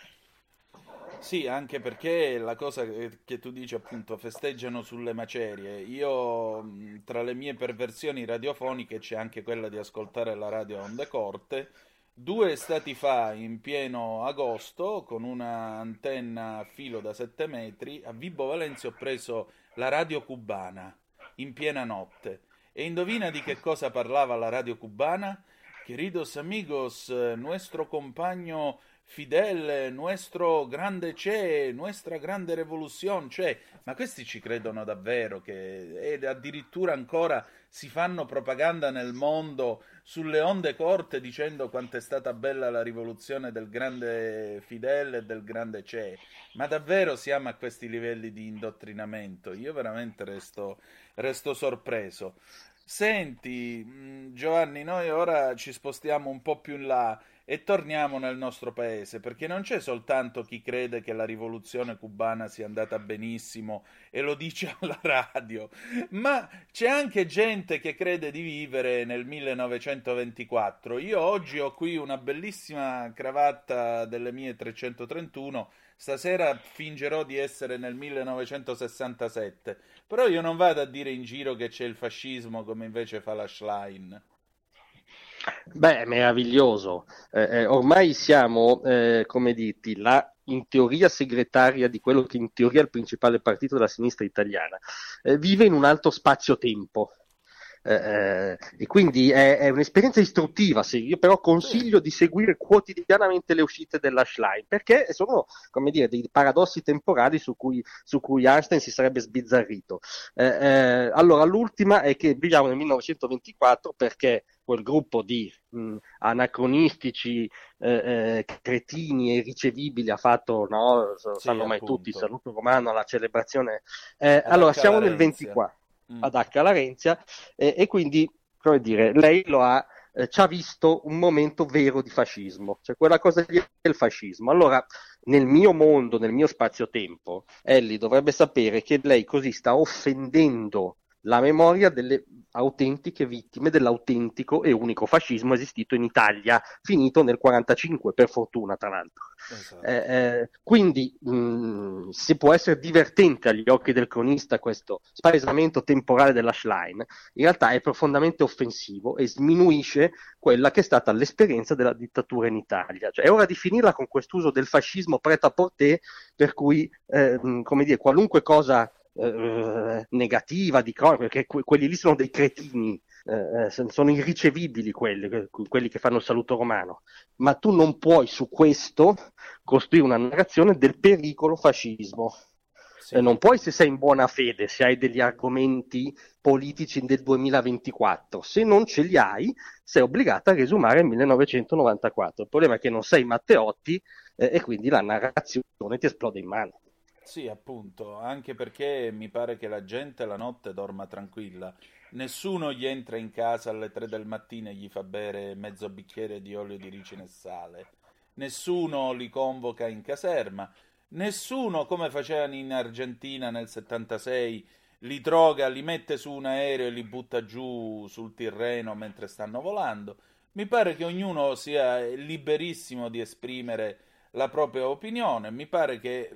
Sì, anche perché la cosa che tu dici appunto festeggiano sulle macerie. Io tra le mie perversioni radiofoniche c'è anche quella di ascoltare la radio a onde corte. 2 estati fa, in pieno agosto, con una antenna a filo da 7 metri, a Vibo Valentia ho preso la radio cubana in piena notte. E indovina di che cosa parlava la radio cubana? Queridos amigos, nuestro compagno Fidel, nuestro grande Che, nuestra grande revoluzione, cioè, ma questi ci credono davvero e addirittura ancora si fanno propaganda nel mondo sulle onde corte dicendo quanto è stata bella la rivoluzione del grande Fidel e del grande Che. Ma davvero siamo a questi livelli di indottrinamento? Io veramente resto sorpreso. Senti, Giovanni, noi ora ci spostiamo un po' più in là e torniamo nel nostro paese, perché non c'è soltanto chi crede che la rivoluzione cubana sia andata benissimo e lo dice alla radio, ma c'è anche gente che crede di vivere nel 1924. Io oggi ho qui una bellissima cravatta delle mie 331. Stasera fingerò di essere nel 1967, però io non vado a dire in giro che c'è il fascismo come invece fa la Schlein. Beh, è meraviglioso. Ormai siamo, come dirti, in teoria segretaria di quello che in teoria è il principale partito della sinistra italiana. Vive in un altro spazio-tempo. E quindi è un'esperienza istruttiva. Io però consiglio di seguire quotidianamente le uscite della Schlein, perché sono, come dire, dei paradossi temporali su cui Einstein si sarebbe sbizzarrito. Allora, l'ultima è che viviamo nel 1924 perché quel gruppo di anacronistici cretini e irricevibili ha fatto, no, sanno mai tutti, il saluto romano alla celebrazione. Allora, siamo nel 24 ad H. Larenzia, e quindi, come dire, lei ci ha visto un momento vero di fascismo, cioè quella cosa lì è il fascismo. Allora, nel mio mondo, nel mio spazio-tempo, Ellie dovrebbe sapere che lei così sta offendendo la memoria delle autentiche vittime dell'autentico e unico fascismo esistito in Italia, finito nel 1945, per fortuna, tra l'altro. Esatto. Quindi se può essere divertente agli occhi del cronista questo spaesamento temporale della Schlein, in realtà è profondamente offensivo e sminuisce quella che è stata l'esperienza della dittatura in Italia. Cioè, è ora di finirla con quest'uso del fascismo prêt-à-porter, per cui come dire, qualunque cosa negativa di cronaca, perché quelli lì sono dei cretini, sono irricevibili quelli che fanno il saluto romano, ma tu non puoi su questo costruire una narrazione del pericolo fascismo. Sì. Non puoi, se sei in buona fede, se hai degli argomenti politici del 2024, se non ce li hai, sei obbligata a riesumare il 1994. Il problema è che non sei Matteotti, e quindi la narrazione ti esplode in mano. Sì, appunto, anche perché mi pare che la gente la notte dorma tranquilla. Nessuno gli entra in casa alle 3 del mattino e gli fa bere mezzo bicchiere di olio di ricino e sale. Nessuno li convoca in caserma. Nessuno, come facevano in Argentina nel 76, li droga, li mette su un aereo e li butta giù sul Tirreno mentre stanno volando. Mi pare che ognuno sia liberissimo di esprimere la propria opinione. Mi pare che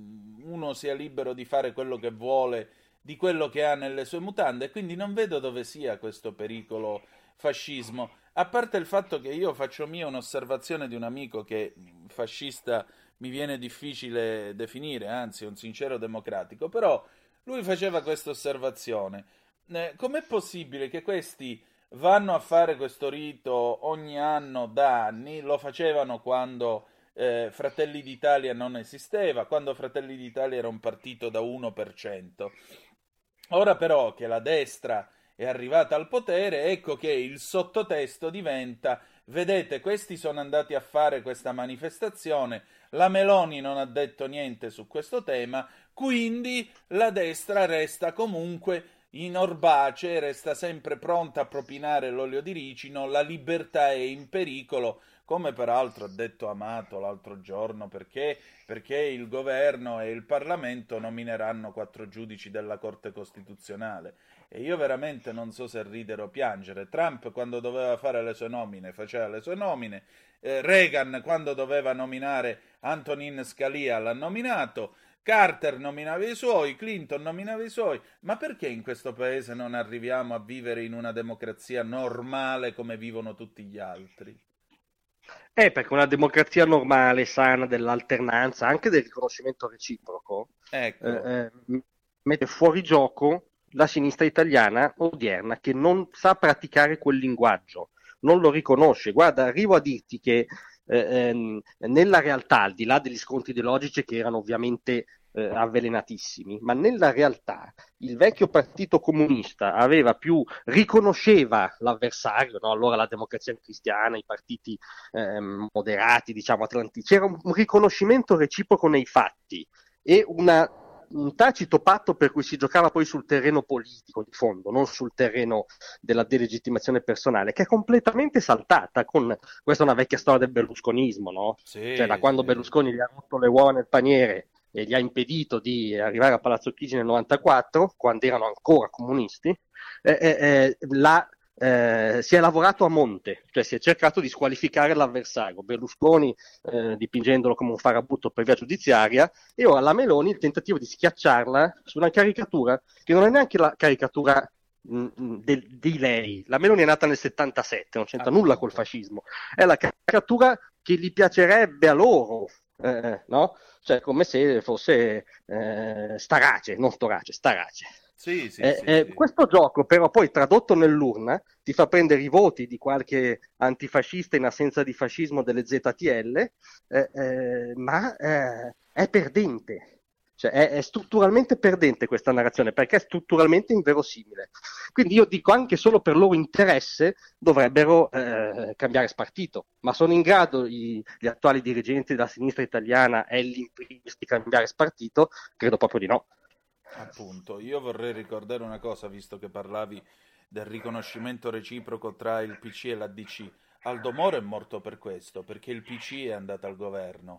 uno sia libero di fare quello che vuole di quello che ha nelle sue mutande, e quindi non vedo dove sia questo pericolo fascismo, a parte il fatto che io faccio mia un'osservazione di un amico che fascista mi viene difficile definire, anzi è un sincero democratico, però lui faceva questa osservazione: com'è possibile che questi vanno a fare questo rito ogni anno da anni? Lo facevano quando Fratelli d'Italia non esisteva, quando Fratelli d'Italia era un partito da 1%. Ora però che la destra è arrivata al potere, ecco che il sottotesto diventa: vedete, questi sono andati a fare questa manifestazione, la Meloni non ha detto niente su questo tema, quindi la destra resta comunque in orbace, resta sempre pronta a propinare l'olio di ricino, la libertà è in pericolo, come peraltro ha detto Amato l'altro giorno, perché il governo e il Parlamento nomineranno 4 giudici della Corte Costituzionale. E io veramente non so se ridere o piangere. Trump, quando doveva fare le sue nomine, faceva le sue nomine. Reagan, quando doveva nominare Antonin Scalia, l'ha nominato. Carter nominava i suoi, Clinton nominava i suoi. Ma perché in questo paese non arriviamo a vivere in una democrazia normale come vivono tutti gli altri? Perché una democrazia normale, sana, dell'alternanza, anche del riconoscimento reciproco, ecco, mette fuori gioco la sinistra italiana odierna, che non sa praticare quel linguaggio, non lo riconosce. Guarda, arrivo a dirti che nella realtà, al di là degli scontri ideologici che erano ovviamente avvelenatissimi, ma nella realtà il vecchio partito comunista riconosceva l'avversario, no? Allora la Democrazia Cristiana, i partiti moderati, diciamo atlantici, c'era un riconoscimento reciproco nei fatti e una un tacito patto per cui si giocava poi sul terreno politico di fondo, non sul terreno della delegittimazione personale, che è completamente saltata con, questa è una vecchia storia del berlusconismo, no? Sì, Cioè da quando sì. Berlusconi gli ha rotto le uova nel paniere e gli ha impedito di arrivare a Palazzo Chigi nel 94, quando erano ancora comunisti, si è lavorato a monte, cioè si è cercato di squalificare l'avversario, Berlusconi dipingendolo come un farabutto per via giudiziaria, e ora la Meloni il tentativo di schiacciarla su una caricatura che non è neanche la caricatura di lei. La Meloni è nata nel 77, non c'entra nulla col fascismo, è la caricatura che gli piacerebbe a loro, no? Cioè come se fosse Starace, non Storace, Starace. Sì. Questo gioco però poi tradotto nell'urna ti fa prendere i voti di qualche antifascista in assenza di fascismo delle ZTL, ma è perdente. Cioè è strutturalmente perdente questa narrazione, perché è strutturalmente inverosimile. Quindi io dico, anche solo per loro interesse dovrebbero cambiare spartito, ma sono in grado gli attuali dirigenti della sinistra italiana e in primis di cambiare spartito? Credo proprio di no. Appunto, io vorrei ricordare una cosa, visto che parlavi del riconoscimento reciproco tra il PC e la DC. Aldo Moro è morto per questo, perché il PC è andato al governo.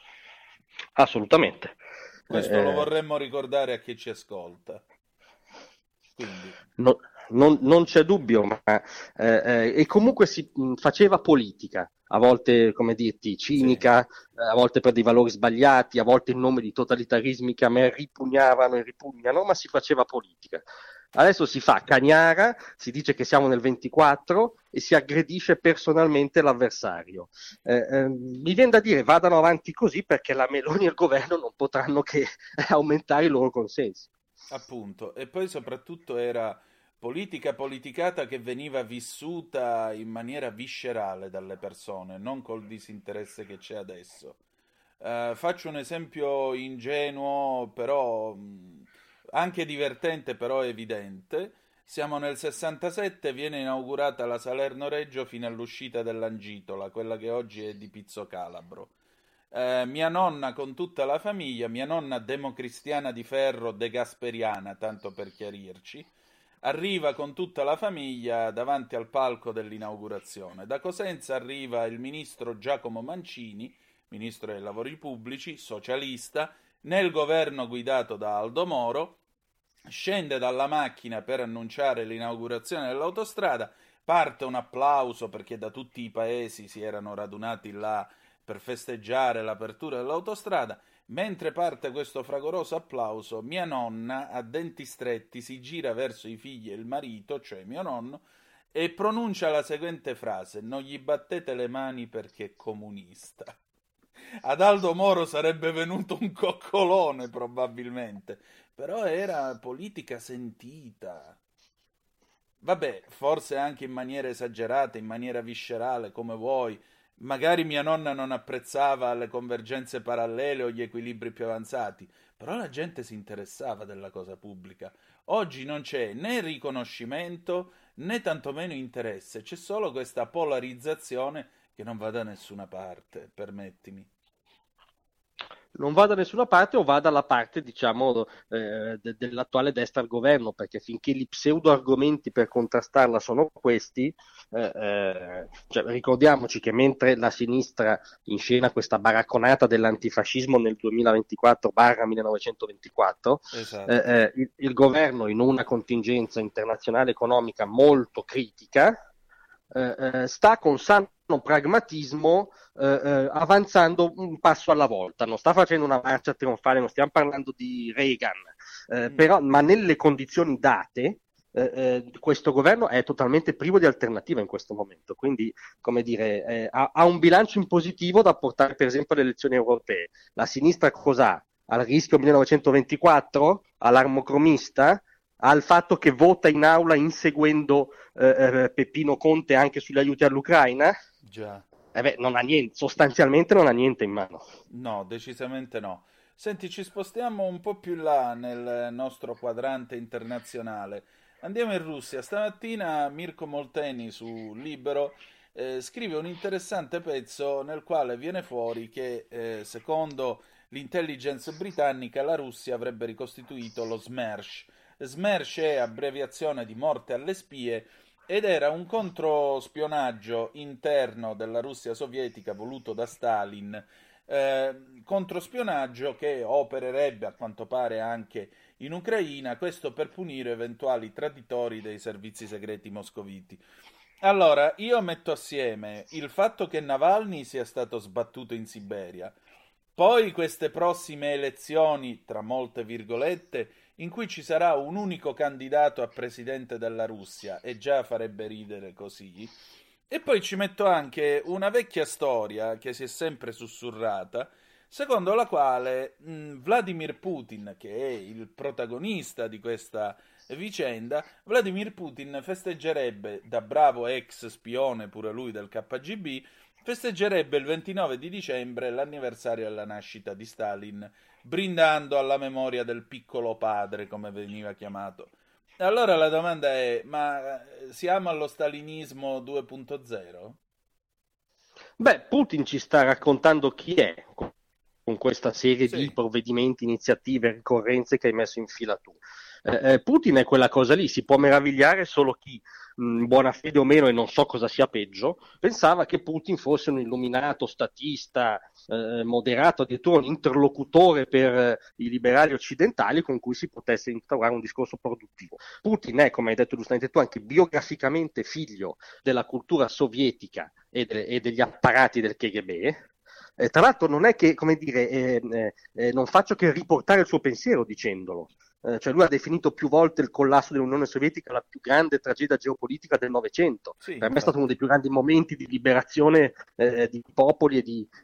Assolutamente. Questo lo vorremmo ricordare a chi ci ascolta. Quindi. Non c'è dubbio, ma e comunque si faceva politica, a volte, come dirti, cinica, a volte per dei valori sbagliati, a volte in nome di totalitarismi che a me ripugnavano e ripugnano, ma si faceva politica. Adesso si fa cagnara, si dice che siamo nel 24 e si aggredisce personalmente l'avversario. Mi viene da dire vadano avanti così, perché la Meloni e il governo non potranno che aumentare i loro consensi. Appunto, e poi soprattutto era politicata che veniva vissuta in maniera viscerale dalle persone, non col disinteresse che c'è adesso. Faccio un esempio ingenuo, però anche divertente, però evidente. Siamo nel 67, viene inaugurata la Salerno-Reggio fino all'uscita dell'Angitola, quella che oggi è di Pizzo Calabro. Mia nonna con tutta la famiglia, mia nonna democristiana di ferro, degasperiana, tanto per chiarirci, arriva con tutta la famiglia davanti al palco dell'inaugurazione. Da Cosenza arriva il ministro Giacomo Mancini, ministro dei lavori pubblici, socialista, nel governo guidato da Aldo Moro, scende dalla macchina per annunciare l'inaugurazione dell'autostrada, parte un applauso perché da tutti i paesi si erano radunati là per festeggiare l'apertura dell'autostrada. Mentre parte questo fragoroso applauso, mia nonna, a denti stretti, si gira verso i figli e il marito, cioè mio nonno, e pronuncia la seguente frase: non gli battete le mani perché è comunista. Ad Aldo Moro sarebbe venuto un coccolone probabilmente, però era politica sentita. Vabbè, forse anche in maniera esagerata, in maniera viscerale, come vuoi. Magari mia nonna non apprezzava le convergenze parallele o gli equilibri più avanzati, però la gente si interessava della cosa pubblica. Oggi non c'è né riconoscimento né tantomeno interesse, c'è solo questa polarizzazione che non va da nessuna parte, permettimi. Non va da nessuna parte, o va dalla parte, diciamo, dell'attuale destra al governo, perché finché gli pseudo argomenti per contrastarla sono questi, cioè, ricordiamoci che mentre la sinistra inscena questa baracconata dell'antifascismo nel 2024/1924, Esatto. Il governo, in una contingenza internazionale economica molto critica, sta con sano pragmatismo avanzando un passo alla volta, non sta facendo una marcia trionfale, non stiamo parlando di Reagan, però, ma nelle condizioni date questo governo è totalmente privo di alternativa in questo momento, quindi, come dire, ha un bilancio in positivo da portare per esempio alle elezioni europee. La sinistra cos'ha? Al rischio 1924? All'armocromista? Al fatto che vota in aula inseguendo Peppino Conte anche sugli aiuti all'Ucraina? Già. Non ha niente, sostanzialmente non ha niente in mano. No, decisamente no. Senti, ci spostiamo un po' più in là nel nostro quadrante internazionale. Andiamo in Russia. Stamattina Mirko Molteni su Libero scrive un interessante pezzo nel quale viene fuori che secondo l'intelligence britannica, la Russia avrebbe ricostituito lo SMERSH. SMERSH è abbreviazione di morte alle spie ed era un controspionaggio interno della Russia sovietica voluto da Stalin, controspionaggio che opererebbe a quanto pare anche in Ucraina, questo per punire eventuali traditori dei servizi segreti moscoviti. Allora, io metto assieme il fatto che Navalny sia stato sbattuto in Siberia, poi queste prossime elezioni, tra molte virgolette, in cui ci sarà un unico candidato a presidente della Russia, e già farebbe ridere così, e poi ci metto anche una vecchia storia che si è sempre sussurrata, secondo la quale Vladimir Putin, che è il protagonista di questa vicenda, Vladimir Putin festeggerebbe, da bravo ex spione pure lui del KGB, festeggerebbe il 29 di dicembre l'anniversario della nascita di Stalin, brindando alla memoria del piccolo padre, come veniva chiamato. Allora la domanda è, ma siamo allo stalinismo 2.0? Beh, Putin ci sta raccontando chi è con questa serie di provvedimenti, iniziative, ricorrenze che hai messo in fila tu. Putin è quella cosa lì, si può meravigliare solo chi, in buona fede o meno, e non so cosa sia peggio, pensava che Putin fosse un illuminato, statista, moderato, addirittura un interlocutore per i liberali occidentali con cui si potesse instaurare un discorso produttivo. Putin è, come hai detto giustamente tu, anche biograficamente figlio della cultura sovietica e degli apparati del KGB. Tra l'altro non è che, come dire, non faccio che riportare il suo pensiero dicendolo. Cioè lui ha definito più volte il collasso dell'Unione Sovietica la più grande tragedia geopolitica del Novecento. Sì, per me è stato uno dei più grandi momenti di liberazione di popoli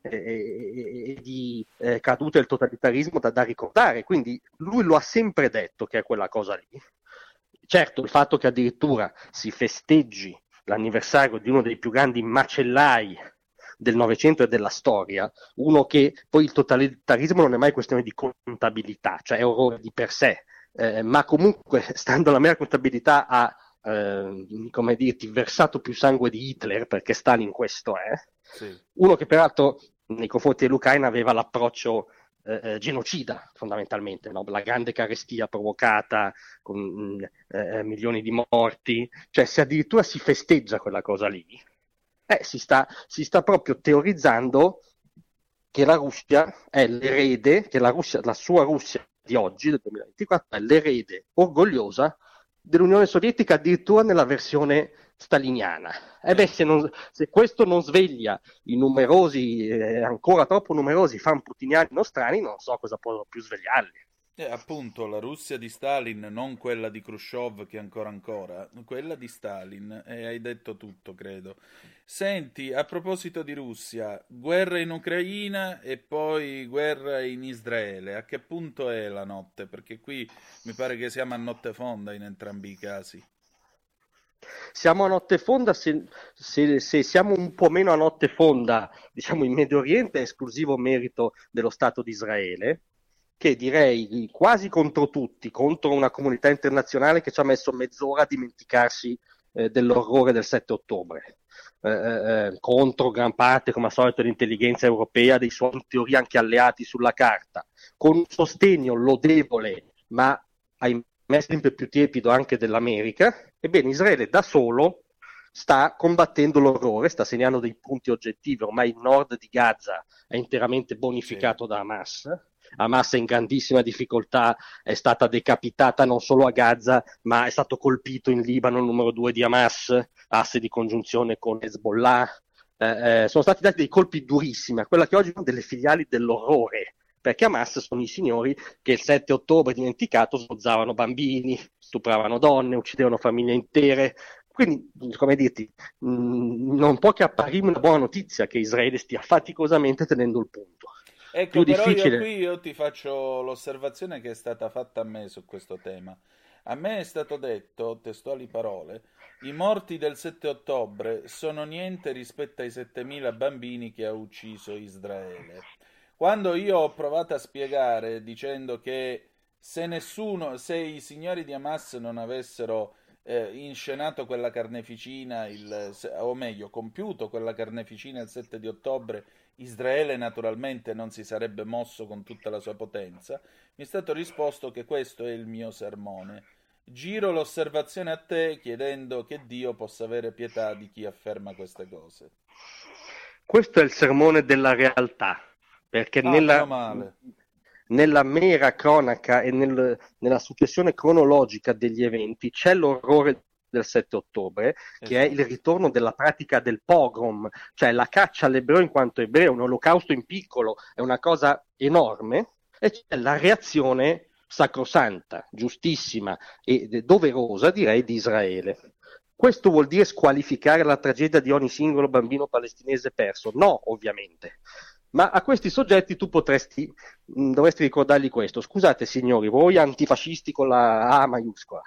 e di caduta del totalitarismo da ricordare. Quindi lui lo ha sempre detto che è quella cosa lì. Certo, il fatto che addirittura si festeggi l'anniversario di uno dei più grandi macellai del Novecento e della storia, uno che poi il totalitarismo non è mai questione di contabilità, cioè è orrore di per sé, ma comunque stando alla mera contabilità ha come dirti, versato più sangue di Hitler, perché Stalin questo è, sì. Uno che peraltro nei confronti dell'Ucraina aveva l'approccio genocida fondamentalmente, no? La grande carestia provocata con milioni di morti, cioè se addirittura si festeggia quella cosa lì, si sta proprio teorizzando che la Russia è l'erede, che la sua Russia di oggi, del 2024, è l'erede orgogliosa dell'Unione Sovietica, addirittura nella versione staliniana. Se questo non sveglia i numerosi, ancora troppo numerosi fan putiniani nostrani, non so cosa può più svegliarli. Appunto, la Russia di Stalin, non quella di Khrushchev che ancora, quella di Stalin, e hai detto tutto, credo. Senti, a proposito di Russia, guerra in Ucraina e poi guerra in Israele, a che punto è la notte? Perché qui mi pare che siamo a notte fonda in entrambi i casi. Siamo a notte fonda, se siamo un po' meno a notte fonda, diciamo in Medio Oriente, è esclusivo merito dello Stato di Israele, che direi quasi contro tutti, contro una comunità internazionale che ci ha messo mezz'ora a dimenticarsi dell'orrore del 7 ottobre, contro gran parte, come al solito, dell'intelligenza europea, dei suoi in teoria anche alleati sulla carta, con un sostegno lodevole, ma ahimè sempre più tiepido anche dell'America. Ebbene, Israele da solo sta combattendo l'orrore, sta segnando dei punti oggettivi. Ormai il nord di Gaza è interamente bonificato da Hamas. Hamas è in grandissima difficoltà, è stata decapitata non solo a Gaza, ma è stato colpito in Libano il numero 2 di Hamas, asse di congiunzione con Hezbollah. Sono stati dati dei colpi durissimi a quella che oggi sono delle filiali dell'orrore, perché Hamas sono i signori che il 7 ottobre dimenticato sbozzavano bambini, stupravano donne, uccidevano famiglie intere. Quindi, come dirti, non può che apparirmi una buona notizia che Israele stia faticosamente tenendo il punto. Ecco, Più però difficile. io ti faccio l'osservazione che è stata fatta a me su questo tema. A me è stato detto, testuali parole, i morti del 7 ottobre sono niente rispetto ai 7.000 bambini che ha ucciso Israele. Quando io ho provato a spiegare dicendo che se i signori di Hamas non avessero inscenato quella carneficina, o meglio, compiuto quella carneficina il 7 di ottobre, Israele naturalmente non si sarebbe mosso con tutta la sua potenza, mi è stato risposto che questo è il mio sermone. Giro l'osservazione a te chiedendo che Dio possa avere pietà di chi afferma queste cose. Questo è il sermone della realtà, perché meno male. nella mera cronaca e nella successione cronologica degli eventi c'è l'orrore del 7 ottobre, che è il ritorno della pratica del pogrom, cioè la caccia all'ebreo in quanto ebreo, un olocausto in piccolo, è una cosa enorme, e c'è la reazione sacrosanta, giustissima e doverosa, direi, di Israele. Questo vuol dire squalificare la tragedia di ogni singolo bambino palestinese perso? No, ovviamente. Ma a questi soggetti tu dovresti ricordargli questo. Scusate signori, voi antifascisti con la A maiuscola,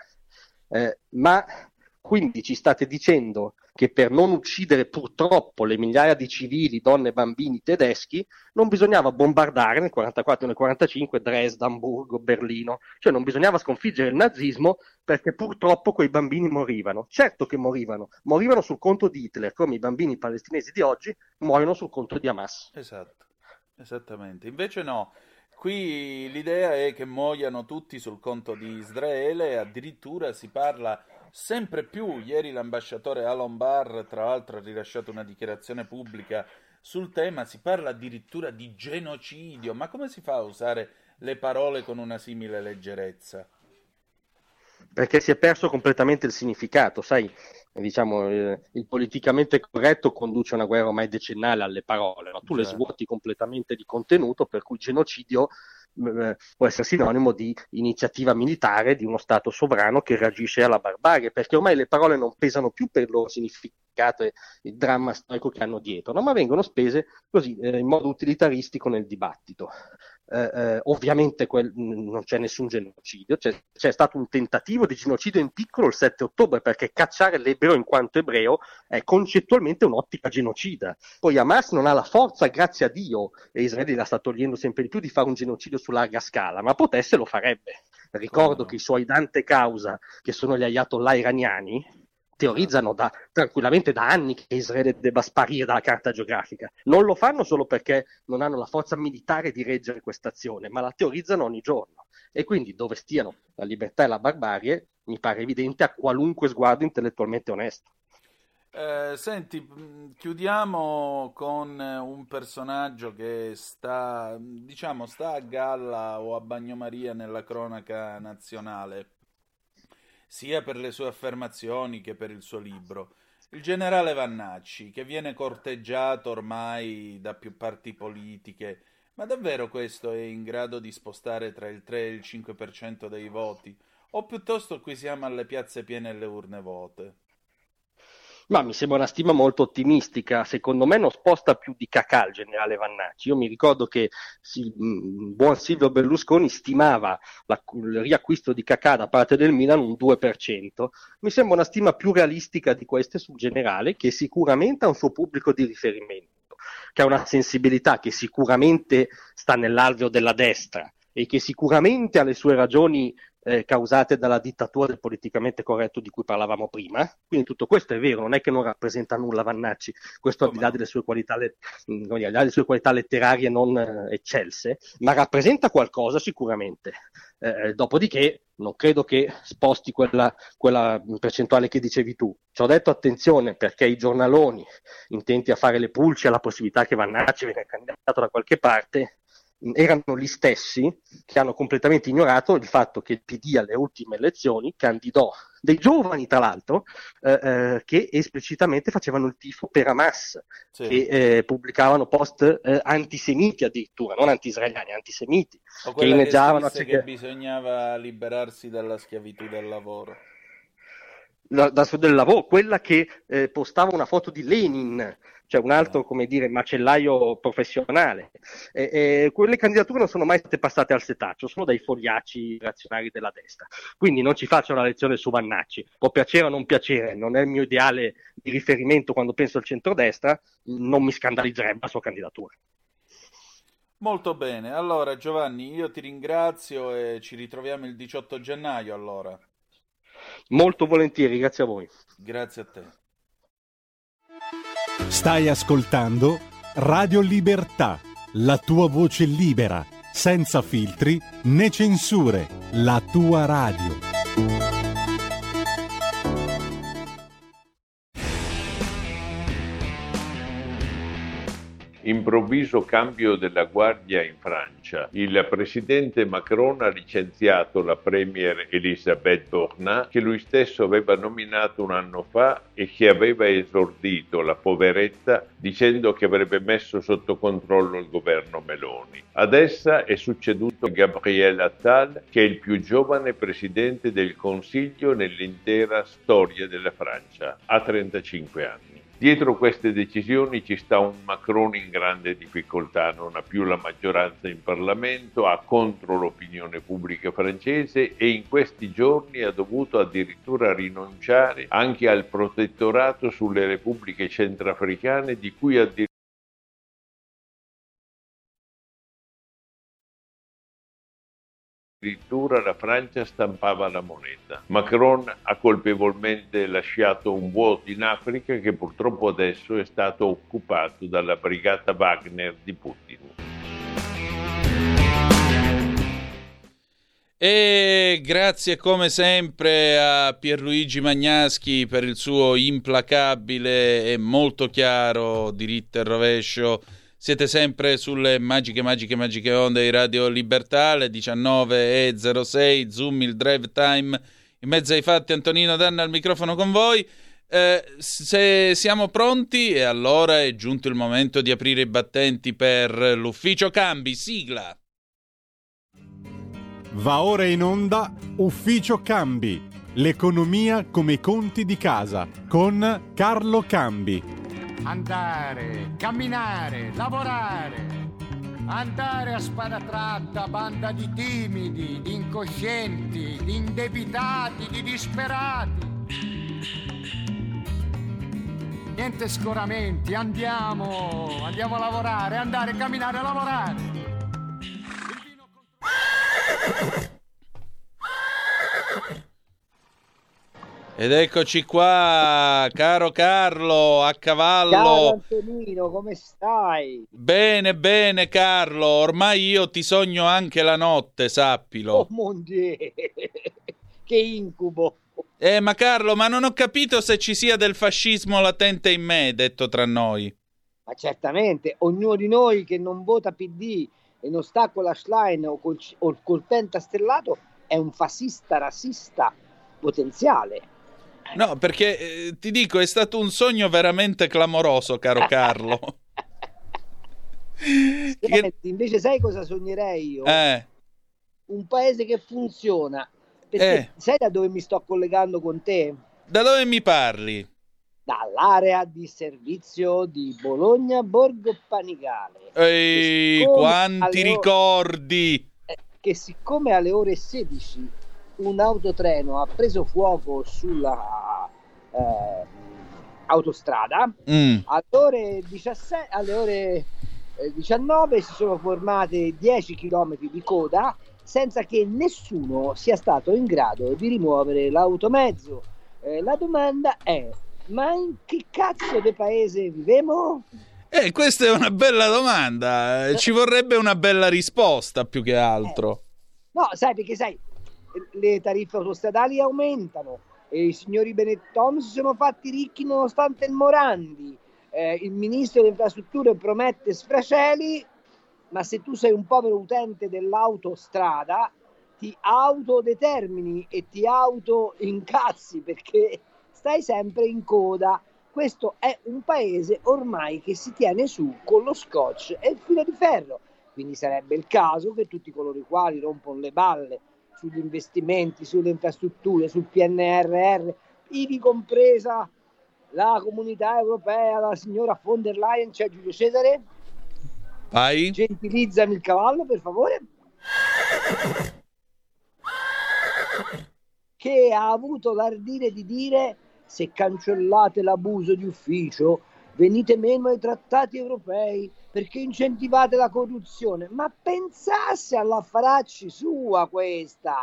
ma quindi ci state dicendo che per non uccidere purtroppo le migliaia di civili, donne e bambini tedeschi, non bisognava bombardare nel 44 e nel 45 Dresda, Amburgo, Berlino, cioè non bisognava sconfiggere il nazismo perché purtroppo quei bambini morivano. Certo che morivano sul conto di Hitler, come i bambini palestinesi di oggi muoiono sul conto di Hamas. Esatto, esattamente. Invece no, qui l'idea è che muoiano tutti sul conto di Israele, addirittura si parla sempre più. Ieri l'ambasciatore Alon Barr, tra l'altro, ha rilasciato una dichiarazione pubblica sul tema, si parla addirittura di genocidio. Ma come si fa a usare le parole con una simile leggerezza? Perché si è perso completamente il significato, sai, diciamo, il politicamente corretto conduce una guerra ormai decennale alle parole, no? Tu le svuoti completamente di contenuto, per cui genocidio può essere sinonimo di iniziativa militare di uno Stato sovrano che reagisce alla barbarie, perché ormai le parole non pesano più per il loro significato e il dramma storico che hanno dietro, no? Ma vengono spese così in modo utilitaristico nel dibattito. Ovviamente non c'è nessun genocidio, c'è stato un tentativo di genocidio in piccolo il 7 ottobre, perché cacciare l'ebreo in quanto ebreo è concettualmente un'ottica genocida. Poi Hamas non ha la forza, grazie a Dio, e Israele la sta togliendo sempre di più, di fare un genocidio su larga scala, ma potesse lo farebbe. Ricordo che i suoi dante causa, che sono gli ayatollah iraniani, teorizzano tranquillamente da anni che Israele debba sparire dalla carta geografica. Non lo fanno solo perché non hanno la forza militare di reggere questa azione, ma la teorizzano ogni giorno. E quindi dove stiano la libertà e la barbarie mi pare evidente a qualunque sguardo intellettualmente onesto. Senti, chiudiamo con un personaggio che sta a galla o a bagnomaria nella cronaca nazionale, sia per le sue affermazioni che per il suo libro. Il generale Vannacci, che viene corteggiato ormai da più parti politiche, ma davvero questo è in grado di spostare tra il 3 e il 5% dei voti? O piuttosto qui siamo alle piazze piene e le urne vuote? Ma mi sembra una stima molto ottimistica. Secondo me non sposta più di cacà il generale Vannacci. Io mi ricordo che il buon Silvio Berlusconi stimava il riacquisto di cacà da parte del Milan un 2%. Mi sembra una stima più realistica di queste sul generale, che sicuramente ha un suo pubblico di riferimento, che ha una sensibilità che sicuramente sta nell'alveo della destra e che sicuramente ha le sue ragioni causate dalla dittatura del politicamente corretto di cui parlavamo prima. Quindi tutto questo è vero, non è che non rappresenta nulla Vannacci, questo al di là delle sue qualità, letterarie non eccelse, ma rappresenta qualcosa sicuramente. Dopodiché non credo che sposti quella percentuale che dicevi tu. Ci ho detto attenzione, perché i giornaloni intenti a fare le pulci alla possibilità che Vannacci venga candidato da qualche parte erano gli stessi che hanno completamente ignorato il fatto che il PD alle ultime elezioni candidò dei giovani, tra l'altro, che esplicitamente facevano il tifo per Hamas, sì, che pubblicavano post antisemiti addirittura, non anti-israeliani, antisemiti, o che inneggiavano che bisognava liberarsi dalla schiavitù del lavoro. Del lavoro, quella che postava una foto di Lenin, cioè un altro, come dire, macellaio professionale. Quelle candidature non sono mai state passate al setaccio, sono dai fogliacci razionali della destra. Quindi non ci faccio una lezione su Vannacci, può piacere o non piacere, non è il mio ideale di riferimento quando penso al centrodestra, non mi scandalizzerebbe la sua candidatura. Molto bene, allora Giovanni, io ti ringrazio e ci ritroviamo il 18 gennaio allora. Molto volentieri, grazie a voi. Grazie a te. Stai ascoltando Radio Libertà, la tua voce libera, senza filtri né censure, la tua radio. Improvviso cambio della guardia in Francia. Il presidente Macron ha licenziato la premier Elisabeth Borne, che lui stesso aveva nominato un anno fa e che aveva esordito, la poveretta, dicendo che avrebbe messo sotto controllo il governo Meloni. Ad essa è succeduto Gabriel Attal, che è il più giovane presidente del Consiglio nell'intera storia della Francia. Ha 35 anni. Dietro queste decisioni ci sta un Macron in grande difficoltà, non ha più la maggioranza in Parlamento, ha contro l'opinione pubblica francese e in questi giorni ha dovuto addirittura rinunciare anche al protettorato sulle repubbliche centrafricane di cui addirittura la Francia stampava la moneta. Macron ha colpevolmente lasciato un vuoto in Africa che purtroppo adesso è stato occupato dalla brigata Wagner di Putin. E grazie come sempre a Pierluigi Magnaschi per il suo implacabile e molto chiaro diritto e rovescio. Siete sempre sulle magiche onde di Radio Libertà, alle 19.06, Zoom, il drive time, in mezzo ai fatti. Antonino Danna al microfono con voi. Se siamo pronti, e allora è giunto il momento di aprire i battenti per l'Ufficio Cambi. Sigla! Va ora in onda Ufficio Cambi, l'economia come i conti di casa, con Carlo Cambi. Andare, camminare, lavorare, andare a spada tratta, banda di timidi, di incoscienti, di indebitati, di disperati. Niente scoramenti, andiamo a lavorare, andare, camminare, lavorare. Ed eccoci qua, caro Carlo, a cavallo. Ciao Antonino, come stai? Bene Carlo, ormai io ti sogno anche la notte, sappilo. Oh mon Dieu, che incubo. Ma Carlo, ma non ho capito se ci sia del fascismo latente in me, detto tra noi. Ma certamente, ognuno di noi che non vota PD e non sta con la Schlein o col pentastellato è un fascista, razzista potenziale. No, perché ti dico, è stato un sogno veramente clamoroso, caro Carlo. Senti, invece sai cosa sognerei io? Un paese che funziona. Perché sai da dove mi sto collegando con te? Da dove mi parli? Dall'area di servizio di Bologna Borgo Panigale. Ehi, quanti ricordi! Che siccome alle ore 16 un autotreno ha preso fuoco sulla autostrada, alle ore 19 si sono formate 10 km di coda senza che nessuno sia stato in grado di rimuovere l'automezzo. La domanda è: ma in che cazzo di paese viviamo? Questa è una bella domanda, ci vorrebbe una bella risposta più che altro. No, sai, perché sai, le tariffe autostradali aumentano e i signori Benetton si sono fatti ricchi nonostante il Morandi, il ministro delle infrastrutture promette sfracelli, ma se tu sei un povero utente dell'autostrada ti autodetermini e ti autoincazzi perché stai sempre in coda. Questo è un paese ormai che si tiene su con lo scotch e il filo di ferro, quindi sarebbe il caso che tutti coloro i quali rompono le balle sugli investimenti, sulle infrastrutture, sul PNRR, ivi compresa la Comunità Europea, la signora von der Leyen, c'è Giulio Cesare? Vai. Gentilizzami il cavallo, per favore. Che ha avuto l'ardire di dire: se cancellate l'abuso di ufficio, venite meno ai trattati europei perché incentivate la corruzione. Ma pensasse all'affaracci sua questa.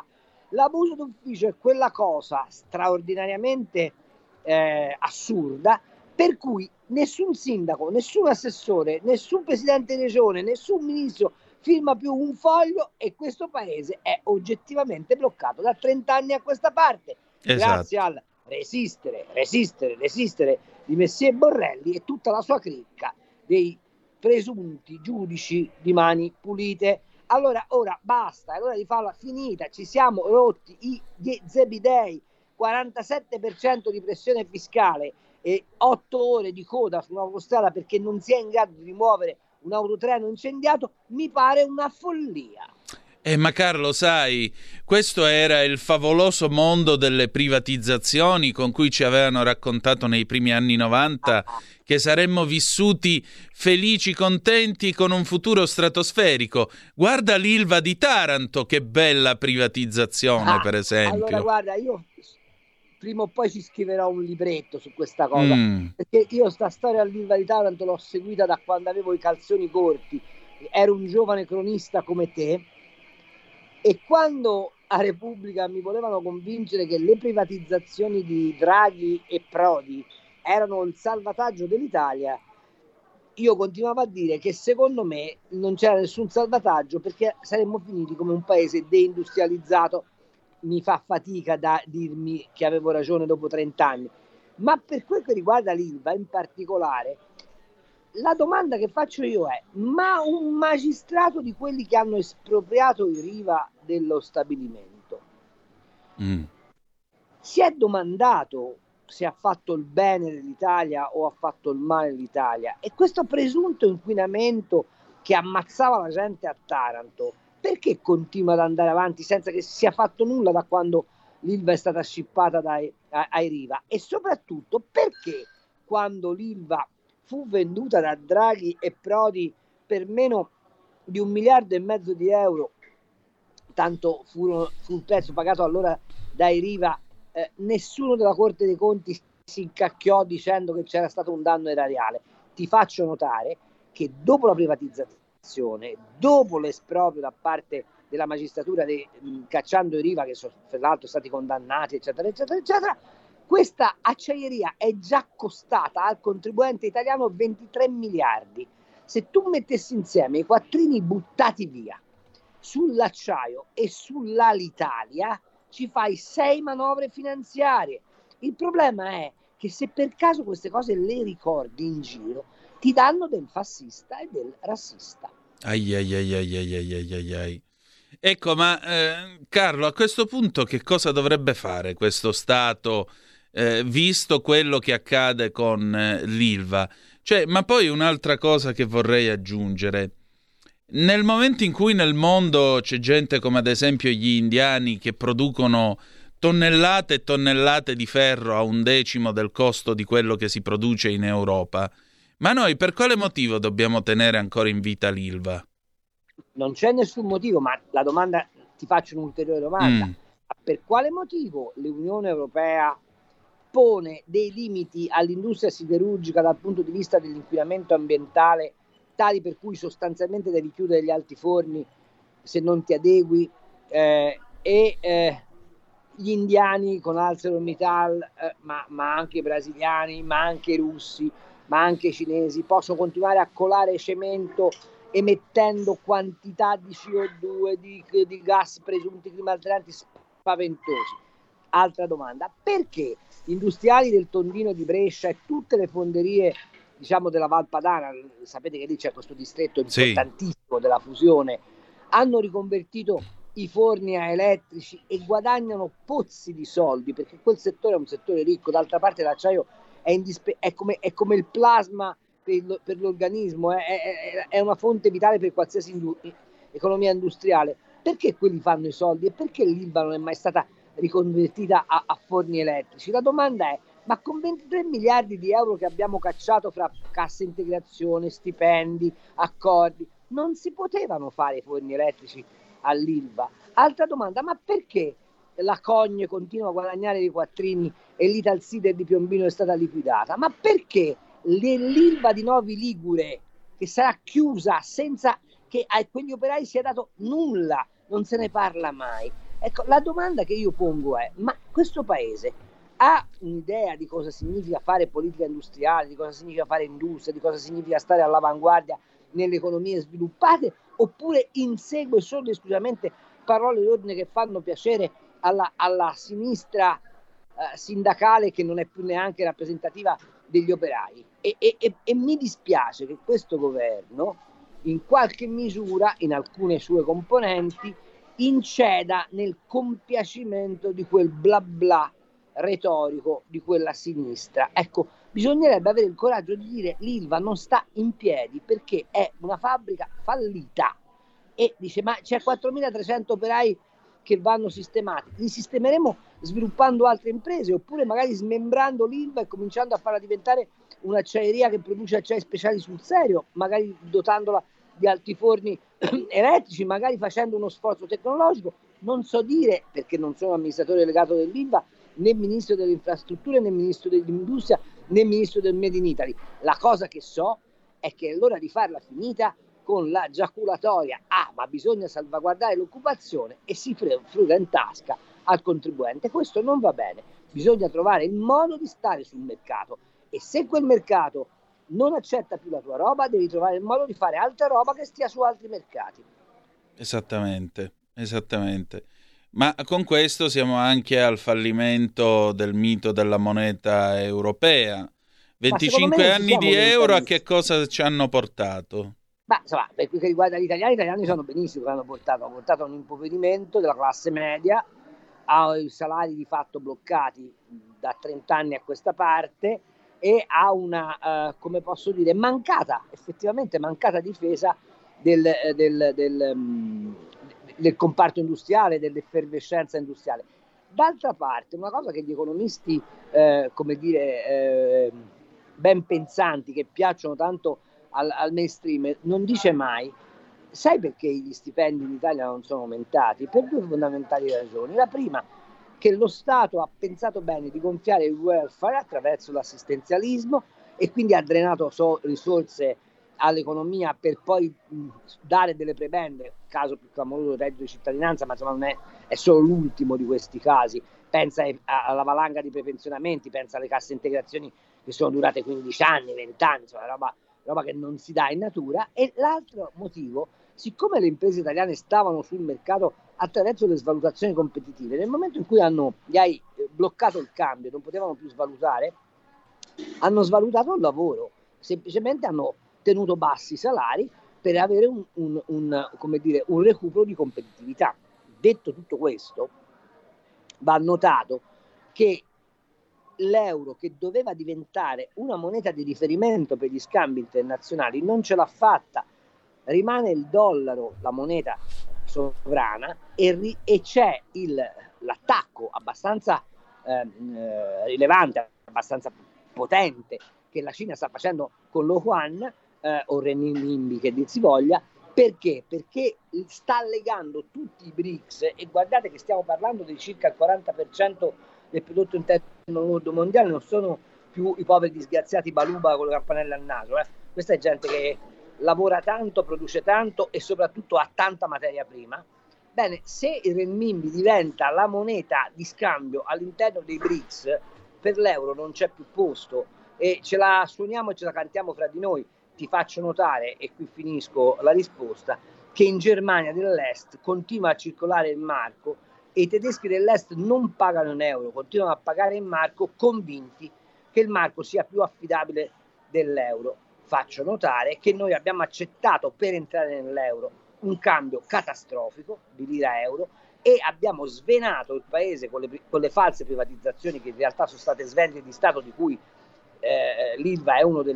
L'abuso d'ufficio è quella cosa straordinariamente assurda per cui nessun sindaco, nessun assessore, nessun presidente di regione, nessun ministro firma più un foglio e questo paese è oggettivamente bloccato da 30 anni a questa parte. Esatto. Grazie al resistere di Messie Borrelli e tutta la sua cricca dei presunti giudici di mani pulite. Allora ora basta, è ora di farla finita, ci siamo rotti gli zebidei, 47% di pressione fiscale e 8 ore di coda su un'autostrada perché non si è in grado di rimuovere un autotreno incendiato, mi pare una follia. Ma Carlo, sai, questo era il favoloso mondo delle privatizzazioni con cui ci avevano raccontato nei primi anni 90 che saremmo vissuti felici, contenti, con un futuro stratosferico. Guarda l'Ilva di Taranto, che bella privatizzazione, per esempio. Allora, guarda, io prima o poi ci scriverò un libretto su questa cosa, perché io sta storia all'Ilva di Taranto l'ho seguita da quando avevo i calzoni corti, ero un giovane cronista come te, e quando a Repubblica mi volevano convincere che le privatizzazioni di Draghi e Prodi erano il salvataggio dell'Italia, io continuavo a dire che secondo me non c'era nessun salvataggio perché saremmo finiti come un paese deindustrializzato. Mi fa fatica da dirmi che avevo ragione dopo 30 anni, ma per quel che riguarda l'Ilva in particolare, la domanda che faccio io è: ma un magistrato di quelli che hanno espropriato i Riva dello stabilimento si è domandato se ha fatto il bene dell'Italia o ha fatto il male dell'Italia? E questo presunto inquinamento che ammazzava la gente a Taranto, perché continua ad andare avanti senza che si sia fatto nulla da quando l'Ilva è stata scippata ai Riva? E soprattutto perché quando l'Ilva fu venduta da Draghi e Prodi per meno di 1,5 miliardi di euro, tanto fu il prezzo pagato allora dai Riva, nessuno della Corte dei Conti si incacchiò dicendo che c'era stato un danno erariale. Ti faccio notare che dopo la privatizzazione, dopo l'esproprio da parte della magistratura cacciando i Riva, che sono tra l'altro stati condannati, eccetera, eccetera, eccetera, questa acciaieria è già costata al contribuente italiano 23 miliardi. Se tu mettessi insieme i quattrini buttati via sull'acciaio e sull'Alitalia, ci fai 6 manovre finanziarie. Il problema è che se per caso queste cose le ricordi in giro, ti danno del fascista e del razzista. Ai. Ecco, ma Carlo, a questo punto che cosa dovrebbe fare questo Stato, visto quello che accade con l'Ilva? Cioè, ma poi un'altra cosa che vorrei aggiungere: nel momento in cui nel mondo c'è gente come ad esempio gli indiani che producono tonnellate e tonnellate di ferro a 1/10 del costo di quello che si produce in Europa, ma noi per quale motivo dobbiamo tenere ancora in vita l'Ilva? Non c'è nessun motivo, ma la domanda, ti faccio un'ulteriore domanda. Per quale motivo l'Unione Europea pone dei limiti all'industria siderurgica dal punto di vista dell'inquinamento ambientale, tali per cui sostanzialmente devi chiudere gli altiforni se non ti adegui, gli indiani con ArcelorMittal, ma anche i brasiliani, ma anche i russi, ma anche i cinesi possono continuare a colare cemento emettendo quantità di CO2, di gas presunti climalteranti spaventosi? Altra domanda: perché gli industriali del Tondino di Brescia e tutte le fonderie, diciamo, della Val Padana, sapete che lì c'è questo distretto importantissimo della fusione, hanno riconvertito i forni a elettrici e guadagnano pozzi di soldi, perché quel settore è un settore ricco. D'altra parte l'acciaio è come il plasma per l'organismo, è una fonte vitale per qualsiasi economia industriale. Perché quelli fanno i soldi e perché l'Ilva non è mai stata riconvertita a forni elettrici? La domanda è: ma con 23 miliardi di euro che abbiamo cacciato fra cassa integrazione, stipendi, accordi, non si potevano fare i forni elettrici all'Ilva? Altra domanda: ma perché la Cogne continua a guadagnare dei quattrini e l'Italsider di Piombino è stata liquidata? Ma perché l'Ilva di Novi Ligure, che sarà chiusa senza che a quegli operai sia dato nulla, non se ne parla mai? Ecco, la domanda che io pongo è: ma questo paese ha un'idea di cosa significa fare politica industriale, di cosa significa fare industria, di cosa significa stare all'avanguardia nelle economie sviluppate, oppure insegue solo e esclusivamente parole d'ordine che fanno piacere alla sinistra sindacale, che non è più neanche rappresentativa degli operai? E mi dispiace che questo governo, in qualche misura, in alcune sue componenti, inceda nel compiacimento di quel bla bla retorico di quella sinistra. Ecco, bisognerebbe avere il coraggio di dire: l'Ilva non sta in piedi perché è una fabbrica fallita, e dice: ma c'è 4.300 operai che vanno sistemati. Li sistemeremo sviluppando altre imprese, oppure magari smembrando l'Ilva e cominciando a farla diventare un'acciaieria che produce acciai speciali sul serio, magari dotandola di altiforni elettrici, magari facendo uno sforzo tecnologico. Non so dire, perché non sono amministratore delegato dell'Ilva, né ministro delle infrastrutture, né ministro dell'industria, né ministro del Made in Italy. La cosa che so è che è l'ora di farla finita con la giaculatoria: ma bisogna salvaguardare l'occupazione, e si fruga in tasca al contribuente. Questo non va bene, bisogna trovare il modo di stare sul mercato, e se quel mercato non accetta più la tua roba, devi trovare il modo di fare altra roba che stia su altri mercati. Esattamente. Ma con questo siamo anche al fallimento del mito della moneta europea. 25 anni di euro a che cosa ci hanno portato? Ma insomma, per quel che riguarda gli italiani sanno benissimo che hanno portato a un impoverimento della classe media, ai salari di fatto bloccati da 30 anni a questa parte, e a una, come posso dire, effettivamente mancata difesa del comparto industriale, dell'effervescenza industriale. D'altra parte, una cosa che gli economisti, ben pensanti, che piacciono tanto al mainstream, non dice mai: sai perché gli stipendi in Italia non sono aumentati? Per due fondamentali ragioni. La prima, che lo Stato ha pensato bene di gonfiare il welfare attraverso l'assistenzialismo, e quindi ha drenato risorse all'economia per poi dare delle prebende, caso più clamoroso il reddito di cittadinanza, ma insomma è solo l'ultimo di questi casi. Pensa alla valanga di prepensionamenti, pensa alle casse integrazioni che sono durate 15 anni, 20 anni, insomma roba che non si dà in natura. E l'altro motivo: siccome le imprese italiane stavano sul mercato attraverso le svalutazioni competitive, nel momento in cui gli hai bloccato il cambio, non potevano più svalutare, hanno svalutato il lavoro, semplicemente hanno tenuto bassi i salari per avere un recupero di competitività. Detto tutto questo, va notato che l'euro, che doveva diventare una moneta di riferimento per gli scambi internazionali, non ce l'ha fatta. Rimane il dollaro la moneta sovrana, e c'è l'attacco abbastanza rilevante, abbastanza potente, che la Cina sta facendo con lo yuan o renminbi, che dir si voglia. Perché? Perché sta legando tutti i BRICS, e guardate che stiamo parlando di circa il 40% del prodotto interno lordo mondiale, non sono più i poveri disgraziati baluba con le campanelle al naso, Questa è gente che lavora tanto, produce tanto e soprattutto ha tanta materia prima. Bene, se il renminbi diventa la moneta di scambio all'interno dei BRICS, per l'euro non c'è più posto, e ce la suoniamo e ce la cantiamo fra di noi. Ti faccio notare, e qui finisco la risposta, che in Germania dell'Est continua a circolare il marco, e i tedeschi dell'Est non pagano in euro, continuano a pagare in marco, convinti che il marco sia più affidabile dell'euro. Faccio notare che noi abbiamo accettato, per entrare nell'euro, un cambio catastrofico di lira-euro, e abbiamo svenato il paese con le false privatizzazioni, che in realtà sono state svendite di Stato, di cui l'Ilva è uno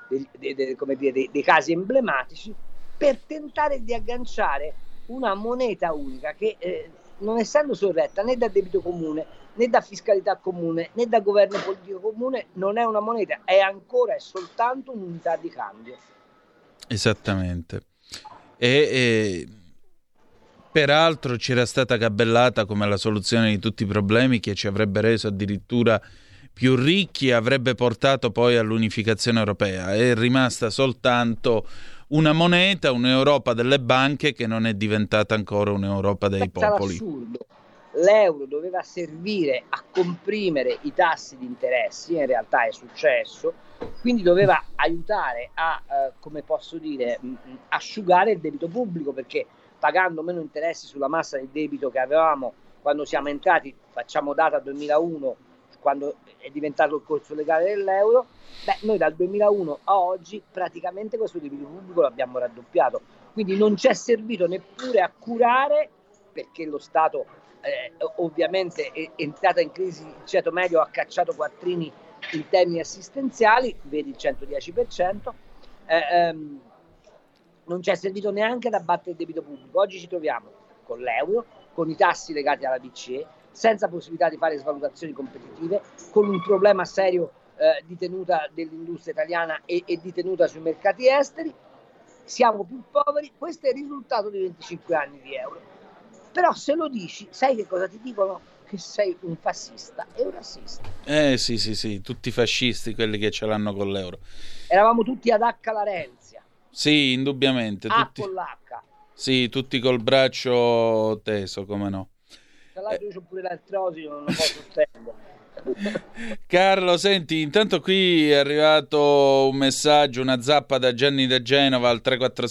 dei casi emblematici, per tentare di agganciare una moneta unica che, non essendo sorretta né da debito comune, né da fiscalità comune, né da governo politico comune, non è una moneta, è soltanto un'unità di cambio. Esattamente. E peraltro c'era stata gabellata come la soluzione di tutti i problemi, che ci avrebbe reso addirittura più ricchi, avrebbe portato poi all'unificazione europea. È rimasta soltanto una moneta, un'Europa delle banche, che non è diventata ancora un'Europa dei popoli. l'euro doveva servire a comprimere i tassi di interessi, in realtà è successo, quindi doveva aiutare a, come posso dire, asciugare il debito pubblico, perché pagando meno interessi sulla massa del debito che avevamo quando siamo entrati, facciamo data 2001, quando è diventato il corso legale dell'euro, noi dal 2001 a oggi praticamente questo debito pubblico l'abbiamo raddoppiato, quindi non ci è servito neppure a curare, perché lo Stato ovviamente è entrato in crisi, il ceto medio ha cacciato quattrini in termini assistenziali, vedi il 110%, non ci è servito neanche ad abbattere il debito pubblico. Oggi ci troviamo con l'euro, con i tassi legati alla BCE, senza possibilità di fare svalutazioni competitive, con un problema serio di tenuta dell'industria italiana e di tenuta sui mercati esteri. Siamo più poveri, questo è il risultato di 25 anni di euro. Però se lo dici, sai che cosa ti dicono? Che sei un fascista e un razzista. Sì, tutti fascisti quelli che ce l'hanno con l'euro. Eravamo tutti ad H la Renzia. Sì, indubbiamente. Tutti, con l'H. Sì, tutti col braccio teso, come no. Tra l'altro io ho pure l'artrosi, non lo posso stendere. Carlo, senti, intanto qui è arrivato un messaggio, una zappa da Gianni da Genova al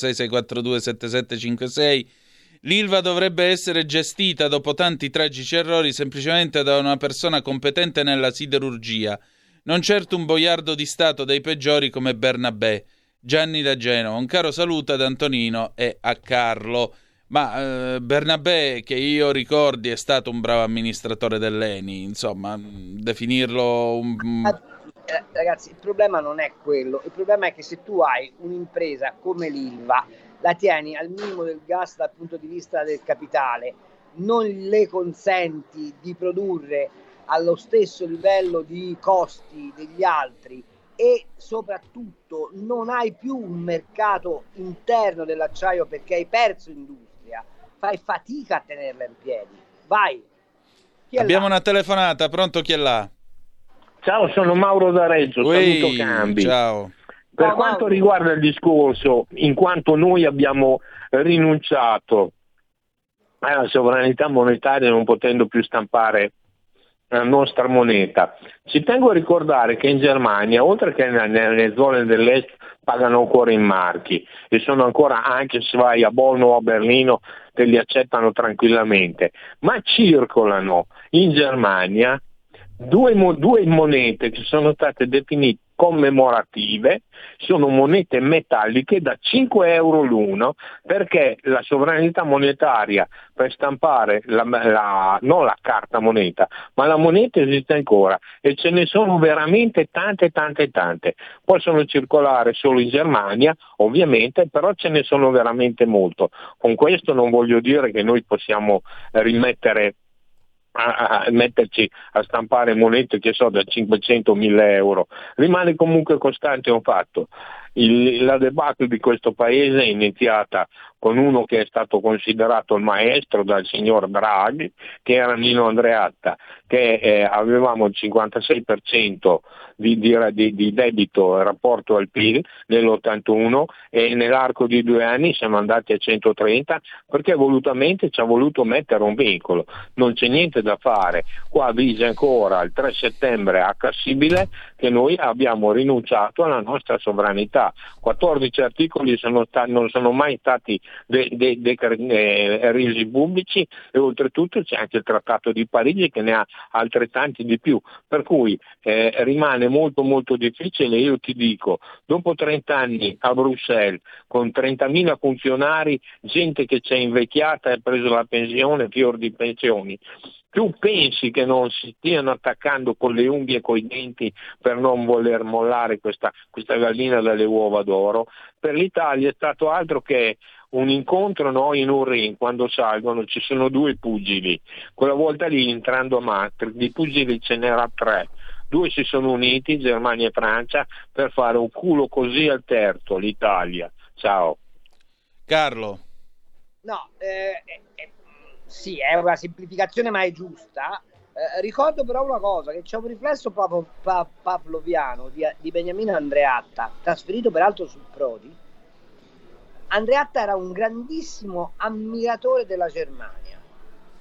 346-642-7756. L'Ilva dovrebbe essere gestita dopo tanti tragici errori semplicemente da una persona competente nella siderurgia, non certo un boiardo di Stato dei peggiori come Bernabé. Gianni da Genova, un caro saluto ad Antonino e a Carlo. Ma Bernabé, che io ricordi, è stato un bravo amministratore dell'ENI, insomma, definirlo ragazzi, il problema non è quello, il problema è che se tu hai un'impresa come l'Ilva, la tieni al minimo del gas dal punto di vista del capitale, non le consenti di produrre allo stesso livello di costi degli altri e soprattutto non hai più un mercato interno dell'acciaio perché hai perso industria, fai fatica a tenerla in piedi. Vai. Abbiamo una telefonata, pronto, chi è là? Ciao, sono Mauro da Reggio, saluto Cambi. Ciao. Per quanto riguarda il discorso, in quanto noi abbiamo rinunciato alla sovranità monetaria non potendo più stampare la nostra moneta, ci tengo a ricordare che in Germania, oltre che nelle zone dell'est, pagano ancora in marchi e sono ancora, anche se vai a Bonn o a Berlino, te li accettano tranquillamente, ma circolano in Germania due monete che sono state definite commemorative, sono monete metalliche da 5 euro l'uno, perché la sovranità monetaria per stampare non la carta moneta, ma la moneta esiste ancora e ce ne sono veramente tante. Possono circolare solo in Germania, ovviamente, però ce ne sono veramente molto. Con questo non voglio dire che noi possiamo metterci a stampare monete che so da 500.000 euro, rimane comunque costante un fatto. La debacle di questo paese è iniziata con uno che è stato considerato il maestro dal signor Draghi, che era Nino Andreatta, che avevamo il 56% di debito in rapporto al PIL nell'81 e nell'arco di 2 anni siamo andati a 130 perché volutamente ci ha voluto mettere un vincolo. Non c'è niente da fare, qua vige ancora il 3 settembre a Cassibile che noi abbiamo rinunciato alla nostra sovranità. 14 articoli non sono mai stati resi pubblici e oltretutto c'è anche il Trattato di Parigi che ne ha altrettanti di più, per cui rimane molto difficile. Io ti dico, dopo 30 anni a Bruxelles con 30.000 funzionari, gente che c'è invecchiata e ha preso la pensione, fior di pensioni, tu pensi che non si stiano attaccando con le unghie e coi denti per non voler mollare questa gallina dalle uova d'oro? Per l'Italia è stato altro che un incontro in un ring, quando salgono ci sono 2 pugili, quella volta lì entrando a Maastricht di pugili ce n'era 3, 2 si sono uniti, Germania e Francia, per fare un culo così al terzo, l'Italia. Ciao. Carlo. No, sì, è una semplificazione ma è giusta. Ricordo però una cosa, che c'è un riflesso pavloviano di Beniamino Andreatta, trasferito peraltro sul Prodi. Andreatta era un grandissimo ammiratore della Germania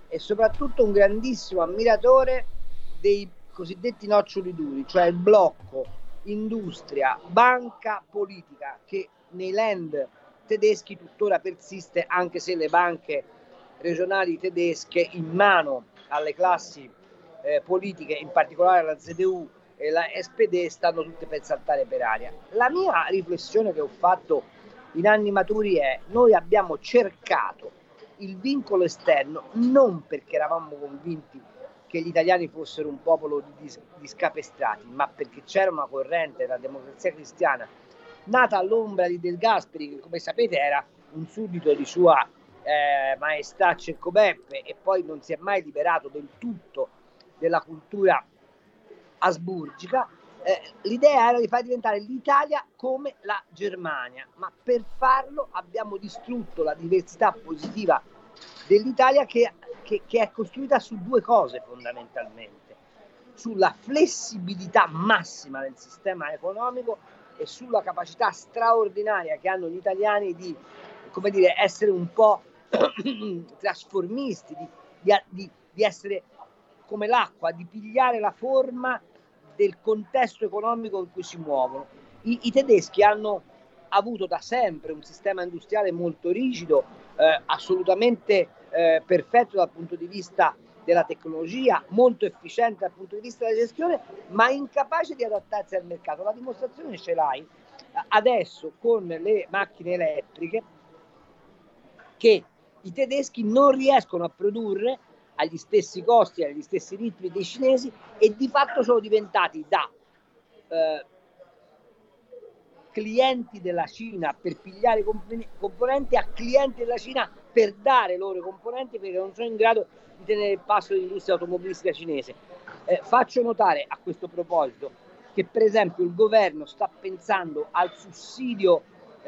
e soprattutto un grandissimo ammiratore dei cosiddetti noccioli duri, cioè il blocco industria, banca, politica, che nei land tedeschi tuttora persiste, anche se le banche regionali tedesche in mano alle classi politiche, in particolare la CDU e la SPD, stanno tutte per saltare per aria. La mia riflessione che ho fatto in anni maturi è: noi abbiamo cercato il vincolo esterno non perché eravamo convinti che gli italiani fossero un popolo di scapestrati, ma perché c'era una corrente, la Democrazia Cristiana, nata all'ombra di Del Gasperi, che come sapete era un suddito di sua maestà Cecco-Beppe, e poi non si è mai liberato del tutto della cultura asburgica. L'idea era di far diventare l'Italia come la Germania, ma per farlo abbiamo distrutto la diversità positiva dell'Italia, che è costruita su due cose fondamentalmente: sulla flessibilità massima del sistema economico e sulla capacità straordinaria che hanno gli italiani di, come dire, essere un po' trasformisti, di essere come l'acqua, di pigliare la forma del contesto economico in cui si muovono. I tedeschi hanno avuto da sempre un sistema industriale molto rigido, assolutamente perfetto dal punto di vista della tecnologia, molto efficiente dal punto di vista della gestione, ma incapace di adattarsi al mercato. La dimostrazione ce l'hai adesso con le macchine elettriche, che i tedeschi non riescono a produrre agli stessi costi, agli stessi ritmi dei cinesi, e di fatto sono diventati da clienti della Cina per pigliare componenti a clienti della Cina per dare loro componenti, perché non sono in grado di tenere il passo dell'industria automobilistica cinese. Faccio notare a questo proposito che per esempio il governo sta pensando al sussidio,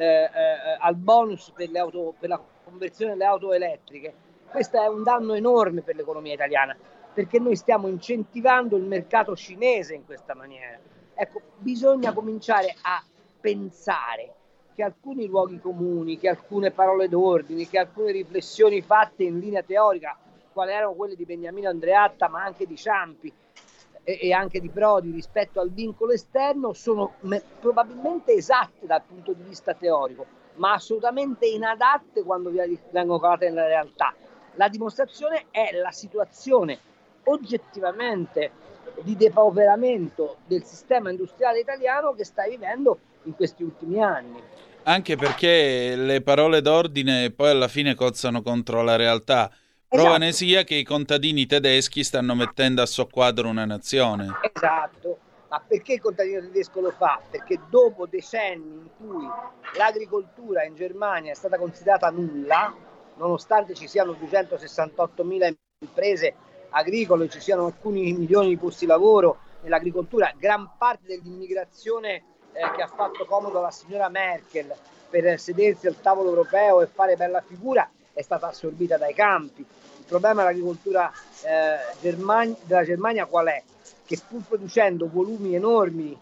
al bonus per la conversione delle auto elettriche. Questo è un danno enorme per l'economia italiana, perché noi stiamo incentivando il mercato cinese in questa maniera. Ecco, bisogna cominciare a pensare che alcuni luoghi comuni, che alcune parole d'ordine, che alcune riflessioni fatte in linea teorica, quali erano quelle di Beniamino Andreatta, ma anche di Ciampi e anche di Prodi rispetto al vincolo esterno, sono probabilmente esatte dal punto di vista teorico, ma assolutamente inadatte quando vengono calate nella realtà. La dimostrazione è la situazione oggettivamente di depauperamento del sistema industriale italiano che sta vivendo in questi ultimi anni. Anche perché le parole d'ordine poi alla fine cozzano contro la realtà. Prova ne sia che i contadini tedeschi stanno mettendo a soqquadro una nazione. Esatto, ma perché il contadino tedesco lo fa? Perché dopo decenni in cui l'agricoltura in Germania è stata considerata nulla, nonostante ci siano 268.000 imprese agricole, ci siano alcuni milioni di posti di lavoro nell'agricoltura, gran parte dell'immigrazione che ha fatto comodo alla signora Merkel per sedersi al tavolo europeo e fare bella figura è stata assorbita dai campi. Il problema dell'agricoltura della Germania qual è? Che pur producendo volumi enormi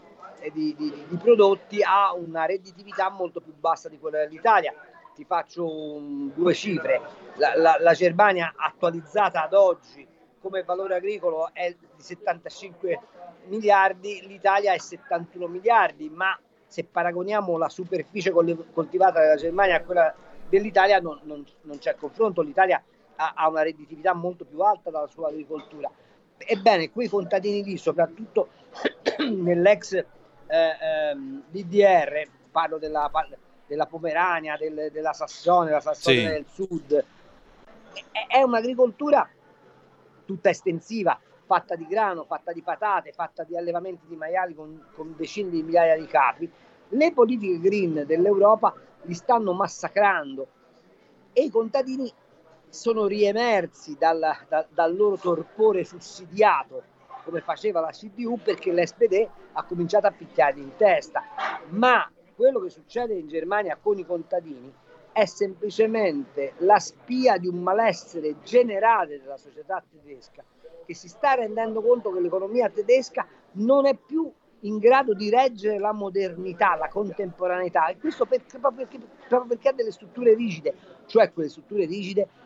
di prodotti ha una redditività molto più bassa di quella dell'Italia. Ti faccio due cifre: la Germania attualizzata ad oggi come valore agricolo è di 75 miliardi, l'Italia è 71 miliardi, ma se paragoniamo la superficie coltivata della Germania a quella dell'Italia non c'è confronto. L'Italia ha una redditività molto più alta dalla sua agricoltura. Ebbene, quei contadini lì, soprattutto nell'ex DDR, parlo della Pomerania, della Sassonia sì, del Sud, è un'agricoltura tutta estensiva, fatta di grano, fatta di patate, fatta di allevamenti di maiali con decine di migliaia di capi. Le politiche green dell'Europa li stanno massacrando e i contadini sono riemersi dal loro torpore sussidiato, come faceva la CDU, perché l'SPD ha cominciato a picchiarli in testa. Ma quello che succede in Germania con i contadini è semplicemente la spia di un malessere generale della società tedesca, che si sta rendendo conto che l'economia tedesca non è più in grado di reggere la modernità, la contemporaneità, e questo proprio perché ha delle strutture rigide, cioè quelle strutture rigide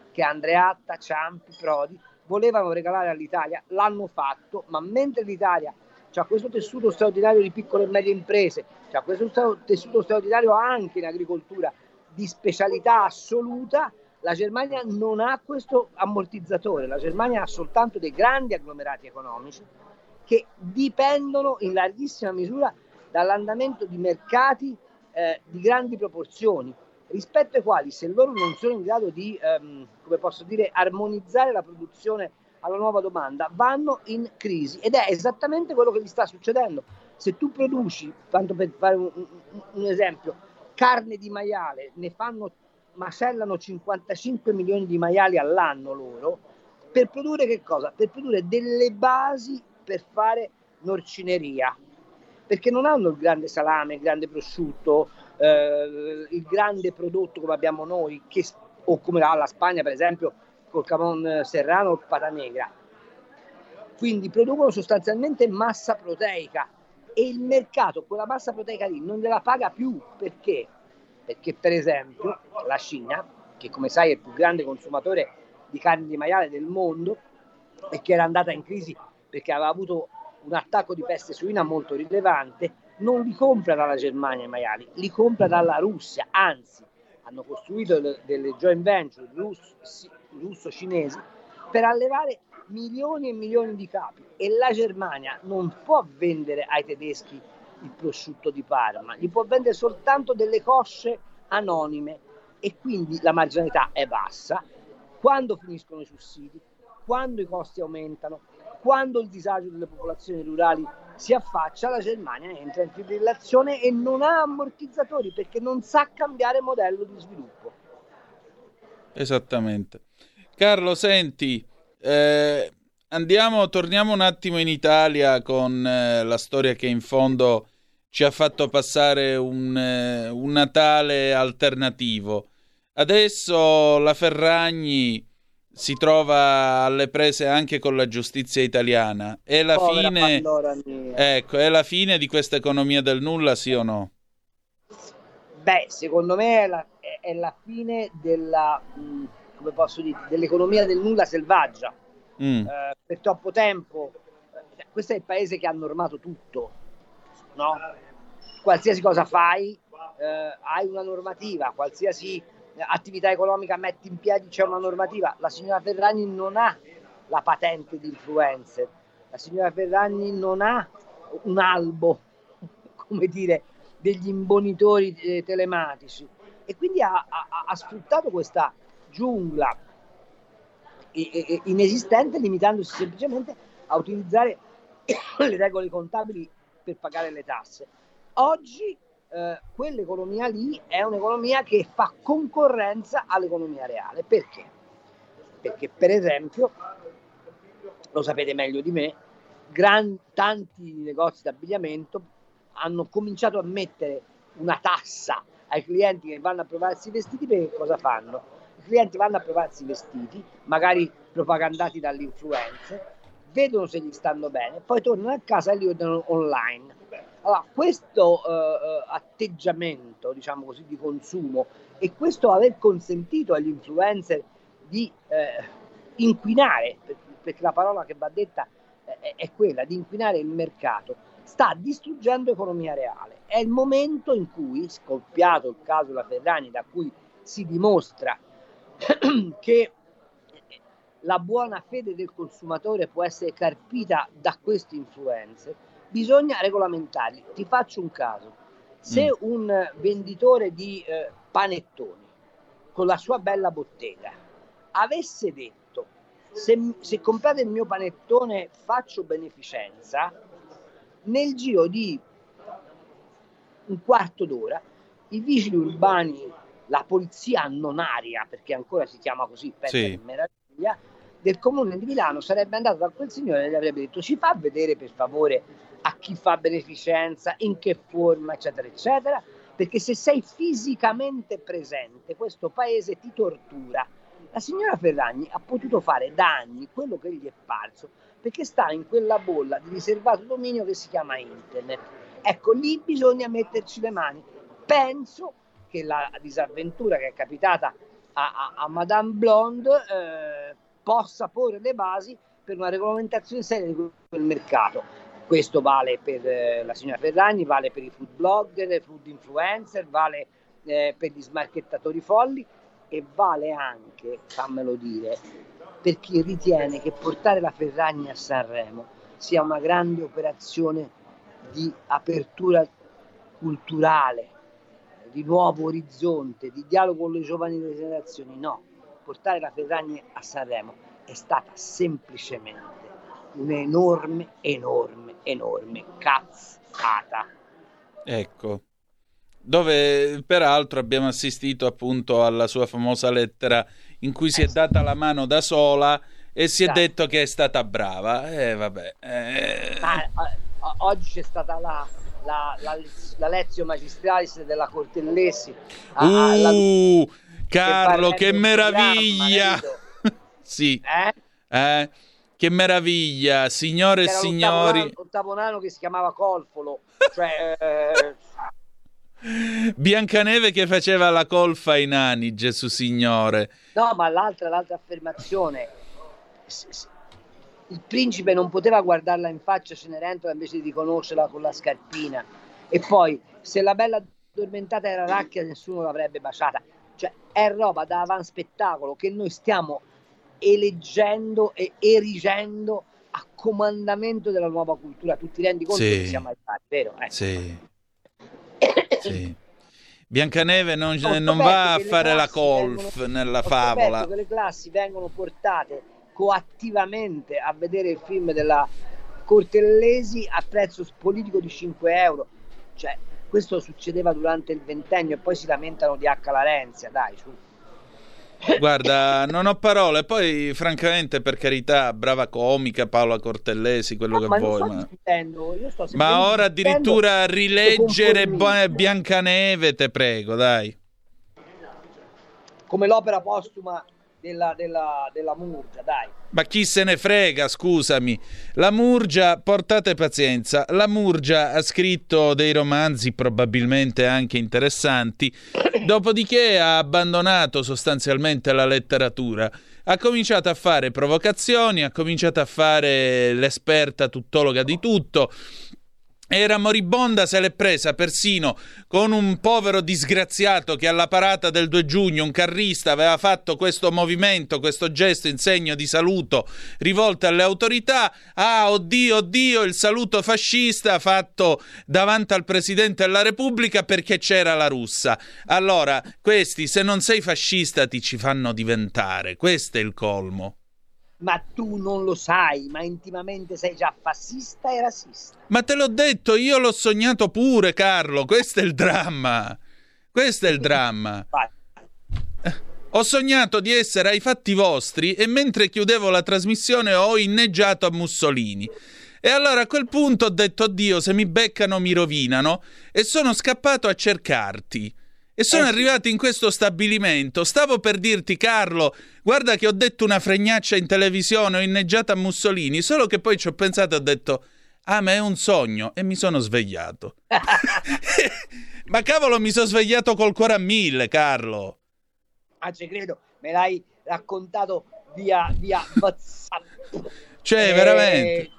che Andreatta, Ciampi, Prodi volevano regalare all'Italia, l'hanno fatto, ma mentre l'Italia c'ha questo tessuto straordinario di piccole e medie imprese, c'ha questo tessuto straordinario anche in agricoltura di specialità assoluta, la Germania non ha questo ammortizzatore, la Germania ha soltanto dei grandi agglomerati economici che dipendono in larghissima misura dall'andamento di mercati di grandi proporzioni, rispetto ai quali, se loro non sono in grado di, come posso dire, armonizzare la produzione alla nuova domanda, vanno in crisi, ed è esattamente quello che gli sta succedendo. Se tu produci, tanto per fare un esempio, carne di maiale, macellano 55 milioni di maiali all'anno loro, per produrre che cosa? Per produrre delle basi per fare norcineria, perché non hanno il grande salame, il grande prosciutto, il grande prodotto come abbiamo noi, o come ha la Spagna per esempio col Camon Serrano o Pata Negra. Quindi producono sostanzialmente massa proteica e il mercato quella massa proteica lì non gliela paga più. Perché? Perché per esempio la Cina, che come sai è il più grande consumatore di carne di maiale del mondo e che era andata in crisi perché aveva avuto un attacco di peste suina molto rilevante, non li compra dalla Germania i maiali, li compra dalla Russia, anzi hanno costruito delle joint venture russo-cinesi per allevare milioni e milioni di capi, e la Germania non può vendere ai tedeschi il prosciutto di Parma, gli può vendere soltanto delle cosce anonime, e quindi la marginalità è bassa. Quando finiscono i sussidi, quando i costi aumentano, quando il disagio delle popolazioni rurali si affaccia, la Germania entra in fibrillazione e non ha ammortizzatori perché non sa cambiare modello di sviluppo. Esattamente. Carlo, senti, torniamo un attimo in Italia con la storia che in fondo ci ha fatto passare un Natale alternativo. Adesso la Ferragni si trova alle prese anche con la giustizia italiana. È la fine, ecco, è la fine di questa economia del nulla, sì o no? Beh, secondo me è la fine della, come posso dire, dell'economia del nulla selvaggia. Per troppo tempo, questo è il paese che ha normato tutto, no? Qualsiasi cosa fai, hai una normativa, qualsiasi attività economica metti in piedi c'è una normativa. La signora Ferragni non ha la patente di influencer, la signora Ferragni non ha un albo, come dire, degli imbonitori telematici, e quindi ha sfruttato questa giungla inesistente, limitandosi semplicemente a utilizzare le regole contabili per pagare le tasse. Oggi quell'economia lì è un'economia che fa concorrenza all'economia reale. Perché? Perché per esempio, lo sapete meglio di me, tanti negozi d'abbigliamento hanno cominciato a mettere una tassa ai clienti che vanno a provarsi i vestiti. Perché cosa fanno? I clienti vanno a provarsi i vestiti, magari propagandati dall'influencer, vedono se gli stanno bene, poi tornano a casa e li ordinano online. Allora, questo atteggiamento, diciamo così, di consumo, e questo aver consentito agli influencer di inquinare, perché la parola che va detta è quella di inquinare il mercato, sta distruggendo l'economia reale. È il momento in cui, scoppiato il caso della Ferragni, da cui si dimostra che la buona fede del consumatore può essere carpita da questi influencer, bisogna regolamentarli. Ti faccio un caso: se un venditore di panettoni con la sua bella bottega avesse detto se comprate il mio panettone faccio beneficenza, nel giro di un quarto d'ora i vigili urbani, la polizia non aria, perché ancora si chiama così, pensa che meraviglia, del comune di Milano sarebbe andato da quel signore e gli avrebbe detto: ci fa vedere per favore a chi fa beneficenza, in che forma, eccetera eccetera, perché se sei fisicamente presente questo paese ti tortura. La signora Ferragni ha potuto fare da anni quello che gli è parso, perché sta in quella bolla di riservato dominio che si chiama internet. Ecco, lì bisogna metterci le mani. Penso che la disavventura che è capitata a Madame Blonde possa porre le basi per una regolamentazione seria di quel mercato. Questo vale per la signora Ferragni, vale per i food blogger, food influencer, vale per gli smarchettatori folli e vale anche, fammelo dire, per chi ritiene che portare la Ferragni a Sanremo sia una grande operazione di apertura culturale, di nuovo orizzonte, di dialogo con le giovani generazioni. No, portare la Ferragni a Sanremo è stata semplicemente un'enorme cazzata. Ecco, dove peraltro abbiamo assistito appunto alla sua famosa lettera in cui si è data la mano da sola e si è detto che è stata brava. Vabbè. Oggi c'è stata la lezione magistralis della Cortellesi. Carlo, che meraviglia! Sì. Che meraviglia, signore e signori. Ottavo nano che si chiamava Colfolo, cioè Biancaneve che faceva la colfa ai nani, Gesù Signore. No, ma l'altra affermazione, il principe non poteva guardarla in faccia Cenerentola invece di riconoscerla con la scarpina, e poi se la bella addormentata era Racchia nessuno l'avrebbe baciata. Cioè è roba da avanspettacolo che noi stiamo eleggendo e erigendo a comandamento della nuova cultura. Tu ti rendi conto che siamo arrivati, vero? Sì. Sì. Biancaneve non va a fare la golf nella favola. Che le classi vengono portate coattivamente a vedere il film della Cortellesi a prezzo politico di 5 euro. Cioè, questo succedeva durante il ventennio e poi si lamentano di H. Larenzia, dai, su. Guarda, non ho parole. Poi, francamente, per carità, brava comica Paola Cortellesi, quello che vuoi. Ma ora addirittura rileggere Biancaneve, te prego, dai. Come l'opera postuma della Murgia, dai. Ma chi se ne frega, scusami. La Murgia, portate pazienza, la Murgia ha scritto dei romanzi probabilmente anche interessanti, dopodiché ha abbandonato sostanzialmente la letteratura, ha cominciato a fare provocazioni, ha cominciato a fare l'esperta tuttologa di tutto. Era moribonda, se l'è presa persino con un povero disgraziato che alla parata del 2 giugno, un carrista, aveva fatto questo movimento, questo gesto in segno di saluto rivolto alle autorità. Oddio, il saluto fascista fatto davanti al Presidente della Repubblica perché c'era la russa. Allora, questi, se non sei fascista, ti ci fanno diventare. Questo è il colmo. Ma tu non lo sai, ma intimamente sei già fascista e razzista. Ma te l'ho detto, io l'ho sognato pure, Carlo, questo è il dramma. Questo è il dramma. Ho sognato di essere ai fatti vostri e mentre chiudevo la trasmissione ho inneggiato a Mussolini. E allora a quel punto ho detto, oddio, se mi beccano mi rovinano, e sono scappato a cercarti. E sono arrivato in questo stabilimento. Stavo per dirti, Carlo, guarda che ho detto una fregnaccia in televisione, ho inneggiato a Mussolini, solo che poi ci ho pensato e ho detto, ma è un sogno, e mi sono svegliato. Ma cavolo, mi sono svegliato col cuore a 1000, Carlo. Ci credo, me l'hai raccontato via WhatsApp. Cioè, veramente.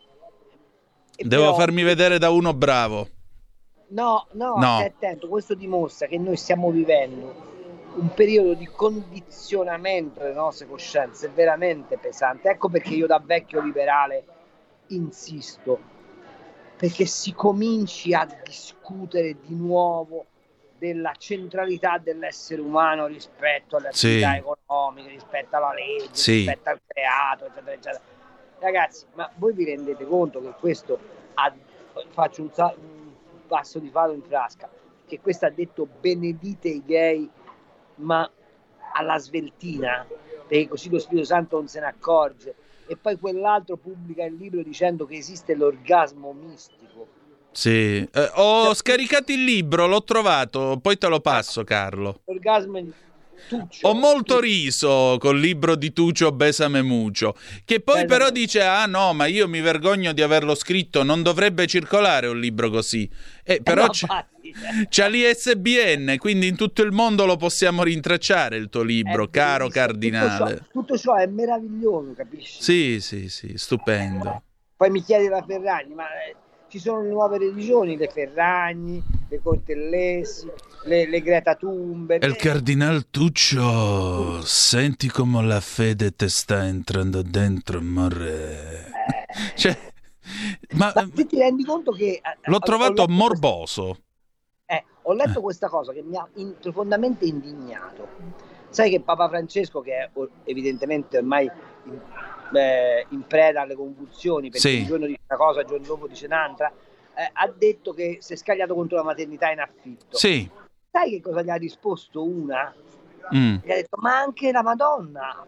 Devo farmi vedere da uno bravo. No, stai attento, questo dimostra che noi stiamo vivendo un periodo di condizionamento delle nostre coscienze veramente pesante. Ecco perché io da vecchio liberale insisto, perché si cominci a discutere di nuovo della centralità dell'essere umano rispetto alle attività economiche, rispetto alla legge, rispetto al creato, eccetera, eccetera. Ragazzi, ma voi vi rendete conto che questo faccio un passo di fallo in frasca, che questo ha detto benedite i gay, ma alla sveltina, perché così lo Spirito Santo non se ne accorge, e poi quell'altro pubblica il libro dicendo che esiste l'orgasmo mistico. Sì, ho scaricato il libro, l'ho trovato, poi te lo passo, Carlo. L'orgasmo Tuccio. Ho molto riso col libro di Tuccio Besame Muccio, che poi però dice: ah no, ma io mi vergogno di averlo scritto, non dovrebbe circolare un libro così. Però no, c'ha l'ISBN, quindi in tutto il mondo lo possiamo rintracciare il tuo libro, caro cardinale. Tutto ciò è meraviglioso, capisci? Sì, stupendo. Poi mi chiede la Ferragni, ma ci sono nuove religioni, le Ferragni, le Cortellesi, le Greta Thunberg. Il cardinal Tuccio, senti come la fede te sta entrando dentro, amore. Cioè, ma ti rendi conto che l'ho trovato morboso. Ho letto questa cosa che mi ha profondamente indignato. Sai che Papa Francesco, che è evidentemente ormai in preda alle convulsioni, perché un giorno dice una cosa, il giorno dopo dice un'altra, ha detto che si è scagliato contro la maternità in affitto. Sì. Sai che cosa gli ha risposto una? Gli ha detto: ma anche la Madonna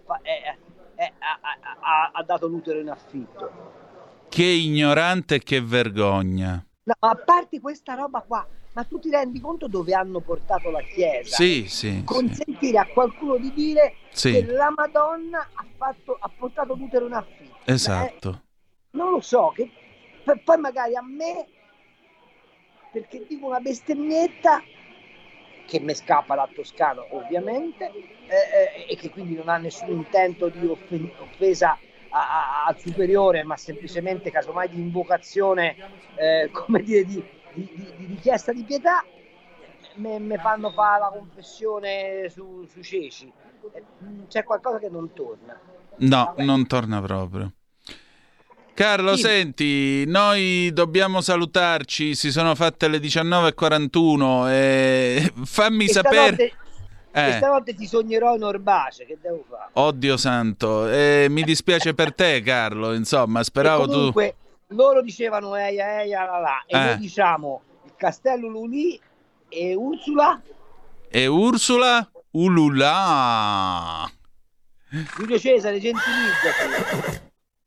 ha dato l'utero in affitto. Che ignorante e che vergogna. No, ma a parte questa roba qua, ma tu ti rendi conto dove hanno portato la Chiesa? Sì. Consentire a qualcuno di dire che la Madonna ha portato l'utero in affitto. Esatto. Non lo so, che poi magari a me, perché dico una bestemmietta che mi scappa dal toscano ovviamente, e che quindi non ha nessun intento di offesa al superiore, ma semplicemente casomai di invocazione, come dire, di richiesta di pietà, me fanno fare la confessione su ceci. C'è qualcosa che non torna. No, vabbè. Non torna proprio. Carlo, senti, noi dobbiamo salutarci, si sono fatte le 19:41 e fammi sapere... Stanotte ti sognerò in Orbace, che devo fare? Oddio santo, mi dispiace per te, Carlo, insomma, speravo comunque, loro dicevano eia la la, e noi diciamo il Castello Lulì e Ursula? E Ursula? Ulula! Giulio Cesare, gentilizzati.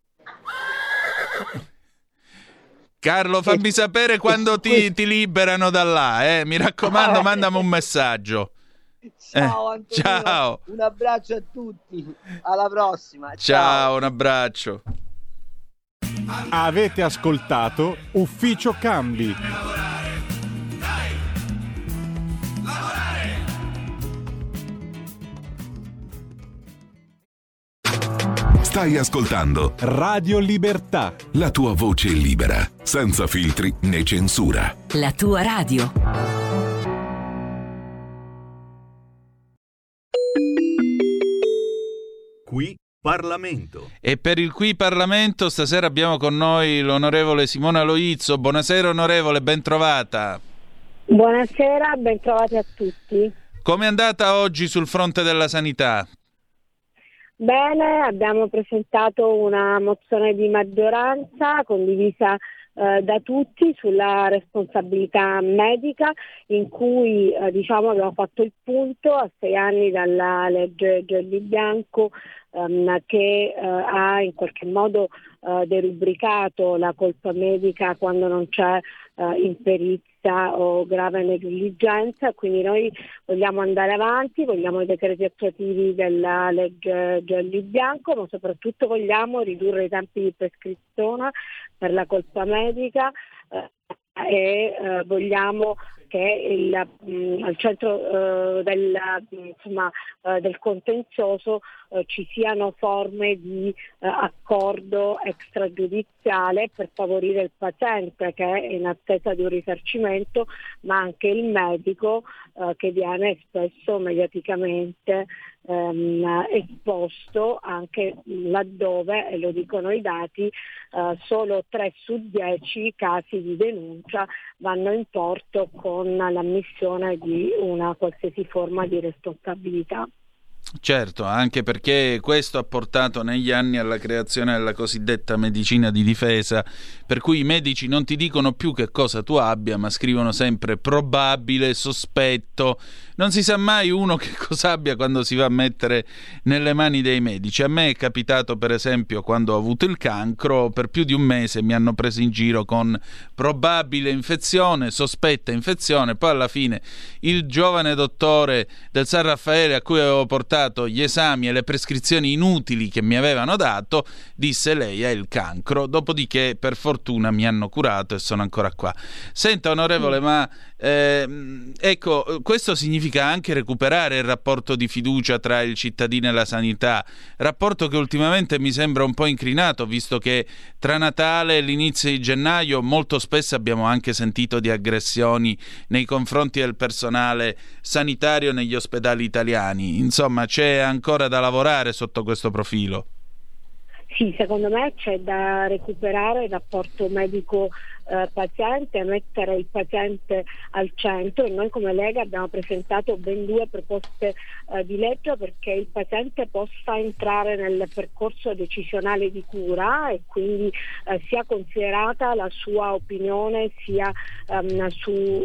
Carlo, fammi sapere quando ti liberano da là, mi raccomando, mandami un messaggio. Ciao Antonino, ciao. Un abbraccio a tutti, alla prossima. Ciao, un abbraccio. Avete ascoltato Ufficio Cambi. Stai ascoltando Radio Libertà, la tua voce libera, senza filtri né censura. La tua radio. Qui Parlamento. E per il Qui Parlamento stasera abbiamo con noi l'onorevole Simona Loizzo. Buonasera onorevole, ben trovata. Buonasera, ben trovati a tutti. Come è andata oggi sul fronte della sanità? Bene, abbiamo presentato una mozione di maggioranza condivisa da tutti sulla responsabilità medica, in cui abbiamo fatto il punto a 6 anni dalla legge Gelli Bianco, che ha in qualche modo derubricato la colpa medica quando non c'è imperizia o grave negligenza. Quindi noi vogliamo andare avanti, vogliamo i decreti attuativi della legge Gelli Bianco, ma soprattutto vogliamo ridurre i tempi di prescrizione per la colpa medica e vogliamo che al centro del contenzioso ci siano forme di accordo extragiudiziale per favorire il paziente che è in attesa di un risarcimento, ma anche il medico che viene spesso mediaticamente esposto, anche laddove, e lo dicono i dati, solo 3 su 10 casi di denuncia vanno in porto con l'ammissione di una qualsiasi forma di responsabilità. Certo, anche perché questo ha portato negli anni alla creazione della cosiddetta medicina di difesa, per cui i medici non ti dicono più che cosa tu abbia, ma scrivono sempre probabile, sospetto. Non si sa mai uno che cosa abbia quando si va a mettere nelle mani dei medici. A me è capitato, per esempio, quando ho avuto il cancro, per più di un mese mi hanno preso in giro con probabile infezione, sospetta infezione, poi alla fine il giovane dottore del San Raffaele a cui avevo portato gli esami e le prescrizioni inutili che mi avevano dato disse: lei ha il cancro, dopodiché per fortuna mi hanno curato e sono ancora qua. Senta, onorevole, ma ecco, questo significa anche recuperare il rapporto di fiducia tra il cittadino e la sanità, rapporto che ultimamente mi sembra un po' incrinato, visto che tra Natale e l'inizio di gennaio molto spesso abbiamo anche sentito di aggressioni nei confronti del personale sanitario negli ospedali italiani. Insomma, c'è ancora da lavorare sotto questo profilo. Sì, secondo me c'è da recuperare il rapporto medico-paziente, mettere il paziente al centro, e noi come Lega abbiamo presentato ben 2 proposte di legge perché il paziente possa entrare nel percorso decisionale di cura e quindi sia considerata la sua opinione sia su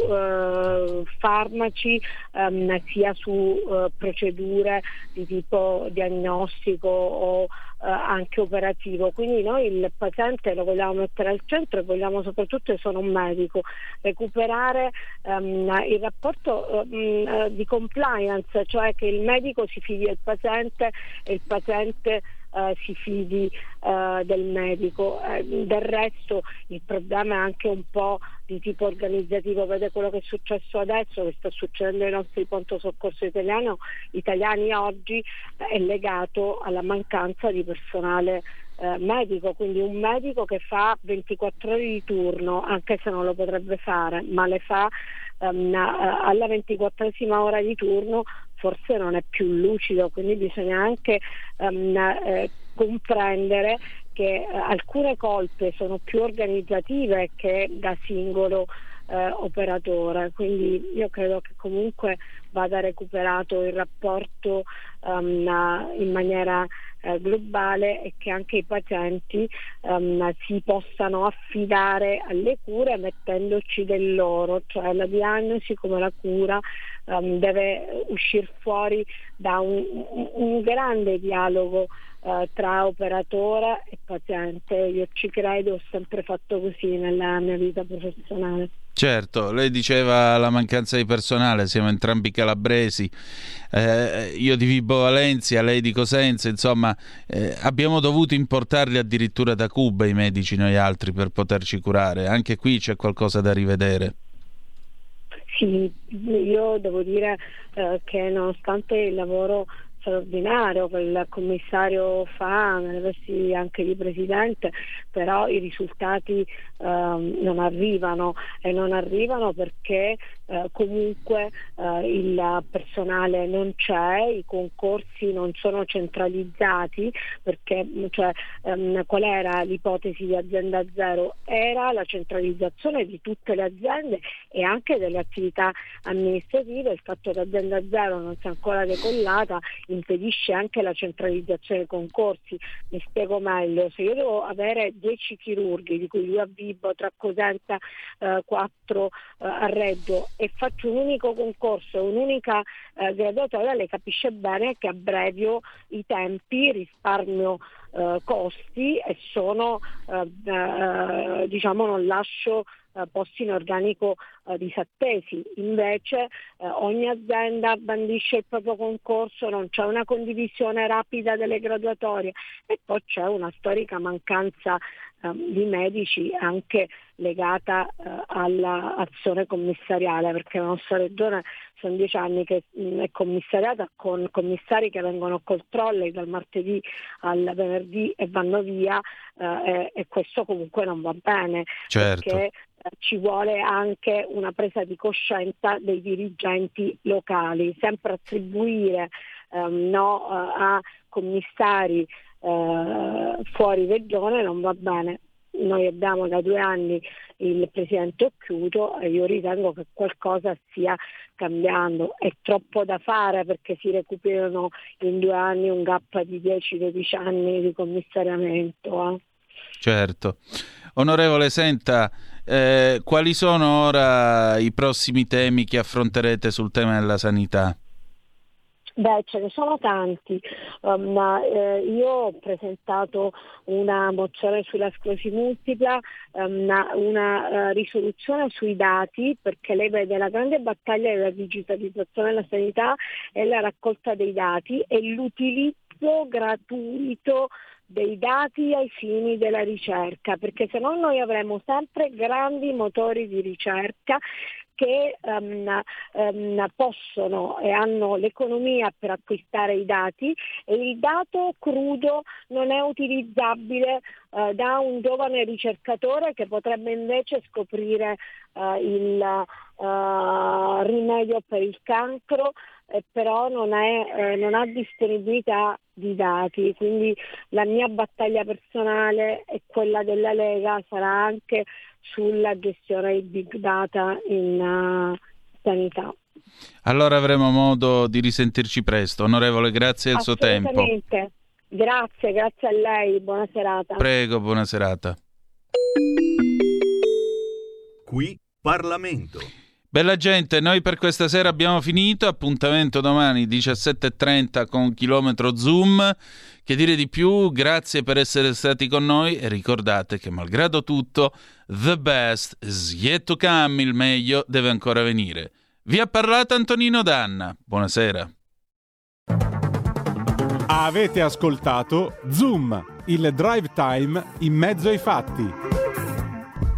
farmaci sia su procedure di tipo diagnostico o anche operativo. Quindi noi il paziente lo vogliamo mettere al centro e vogliamo soprattutto, io sono un medico, recuperare il rapporto di compliance, cioè che il medico si fidi del paziente e il paziente si fidi del medico. Del resto il problema è anche un po' di tipo organizzativo. Vede quello che è successo adesso, che sta succedendo ai nostri pronto soccorso italiani oggi, è legato alla mancanza di personale medico, quindi un medico che fa 24 ore di turno, anche se non lo potrebbe fare, ma le fa alla 24esima ora di turno, forse non è più lucido. Quindi bisogna anche comprendere che alcune colpe sono più organizzative che da singolo operatore. Quindi io credo che comunque vada recuperato il rapporto in maniera globale e che anche i pazienti si possano affidare alle cure mettendoci del loro, cioè la diagnosi come la cura deve uscire fuori da un grande dialogo tra operatore e paziente. Io ci credo, ho sempre fatto così nella mia vita professionale. Certo, lei diceva la mancanza di personale, siamo entrambi calabresi, io di Vibo Valentia, lei di Cosenza, insomma abbiamo dovuto importarli addirittura da Cuba i medici noi altri per poterci curare. Anche qui c'è qualcosa da rivedere. Sì, io devo dire che nonostante il lavoro straordinario che il commissario fa nelle vesti anche di presidente, però i risultati non arrivano, e non arrivano perché comunque il personale non c'è, i concorsi non sono centralizzati, perché qual era l'ipotesi di Azienda Zero? Era la centralizzazione di tutte le aziende e anche delle attività amministrative. Il fatto che Azienda Zero non sia ancora decollata impedisce anche la centralizzazione dei concorsi. Mi spiego meglio: se io devo avere 10 chirurghi, di cui 2 a Vibo, 3 a Cosenza, 4 a Reggio, e faccio un unico concorso, un'unica graduatoria, lei capisce bene che abbrevio i tempi, risparmio costi e sono non lascio posti in organico disattesi. Invece ogni azienda bandisce il proprio concorso, non c'è una condivisione rapida delle graduatorie e poi c'è una storica mancanza di medici anche legata all'azione commissariale, perché la nostra regione sono 10 anni che è commissariata, con commissari che vengono col trolley dal martedì al venerdì e vanno via, e questo comunque non va bene. Certo. Perché ci vuole anche una presa di coscienza dei dirigenti locali. Sempre attribuire a commissari fuori regione non va bene. noi abbiamo da 2 anni il presidente Occhiuto e io ritengo che qualcosa stia cambiando. È troppo da fare perché si recuperano in 2 anni un gap di 10-12 anni di commissariamento. Certo. Onorevole, senta, quali sono ora i prossimi temi che affronterete sul tema della sanità? Beh, ce ne sono tanti. Io ho presentato una mozione sulla sclerosi multipla, una risoluzione sui dati, perché lei vede la grande battaglia della digitalizzazione della sanità è la raccolta dei dati e l'utilizzo gratuito dei dati ai fini della ricerca, perché se no noi avremo sempre grandi motori di ricerca che possono e hanno l'economia per acquistare i dati, e il dato crudo non è utilizzabile da un giovane ricercatore che potrebbe invece scoprire il rimedio per il cancro, però non ha disponibilità di dati. Quindi la mia battaglia personale e quella della Lega sarà anche sulla gestione dei big data in sanità. Allora avremo modo di risentirci presto. Onorevole, grazie del suo tempo. Grazie a lei, buona serata. Prego, buona serata. Qui Parlamento. Bella gente, noi per questa sera abbiamo finito. Appuntamento domani 17:30 con Chilometro Zoom. Che dire di più? Grazie per essere stati con noi e ricordate che malgrado tutto, the best is yet to come, il meglio deve ancora venire. Vi ha parlato Antonino Danna. Buonasera. Avete ascoltato Zoom, il drive time in mezzo ai fatti.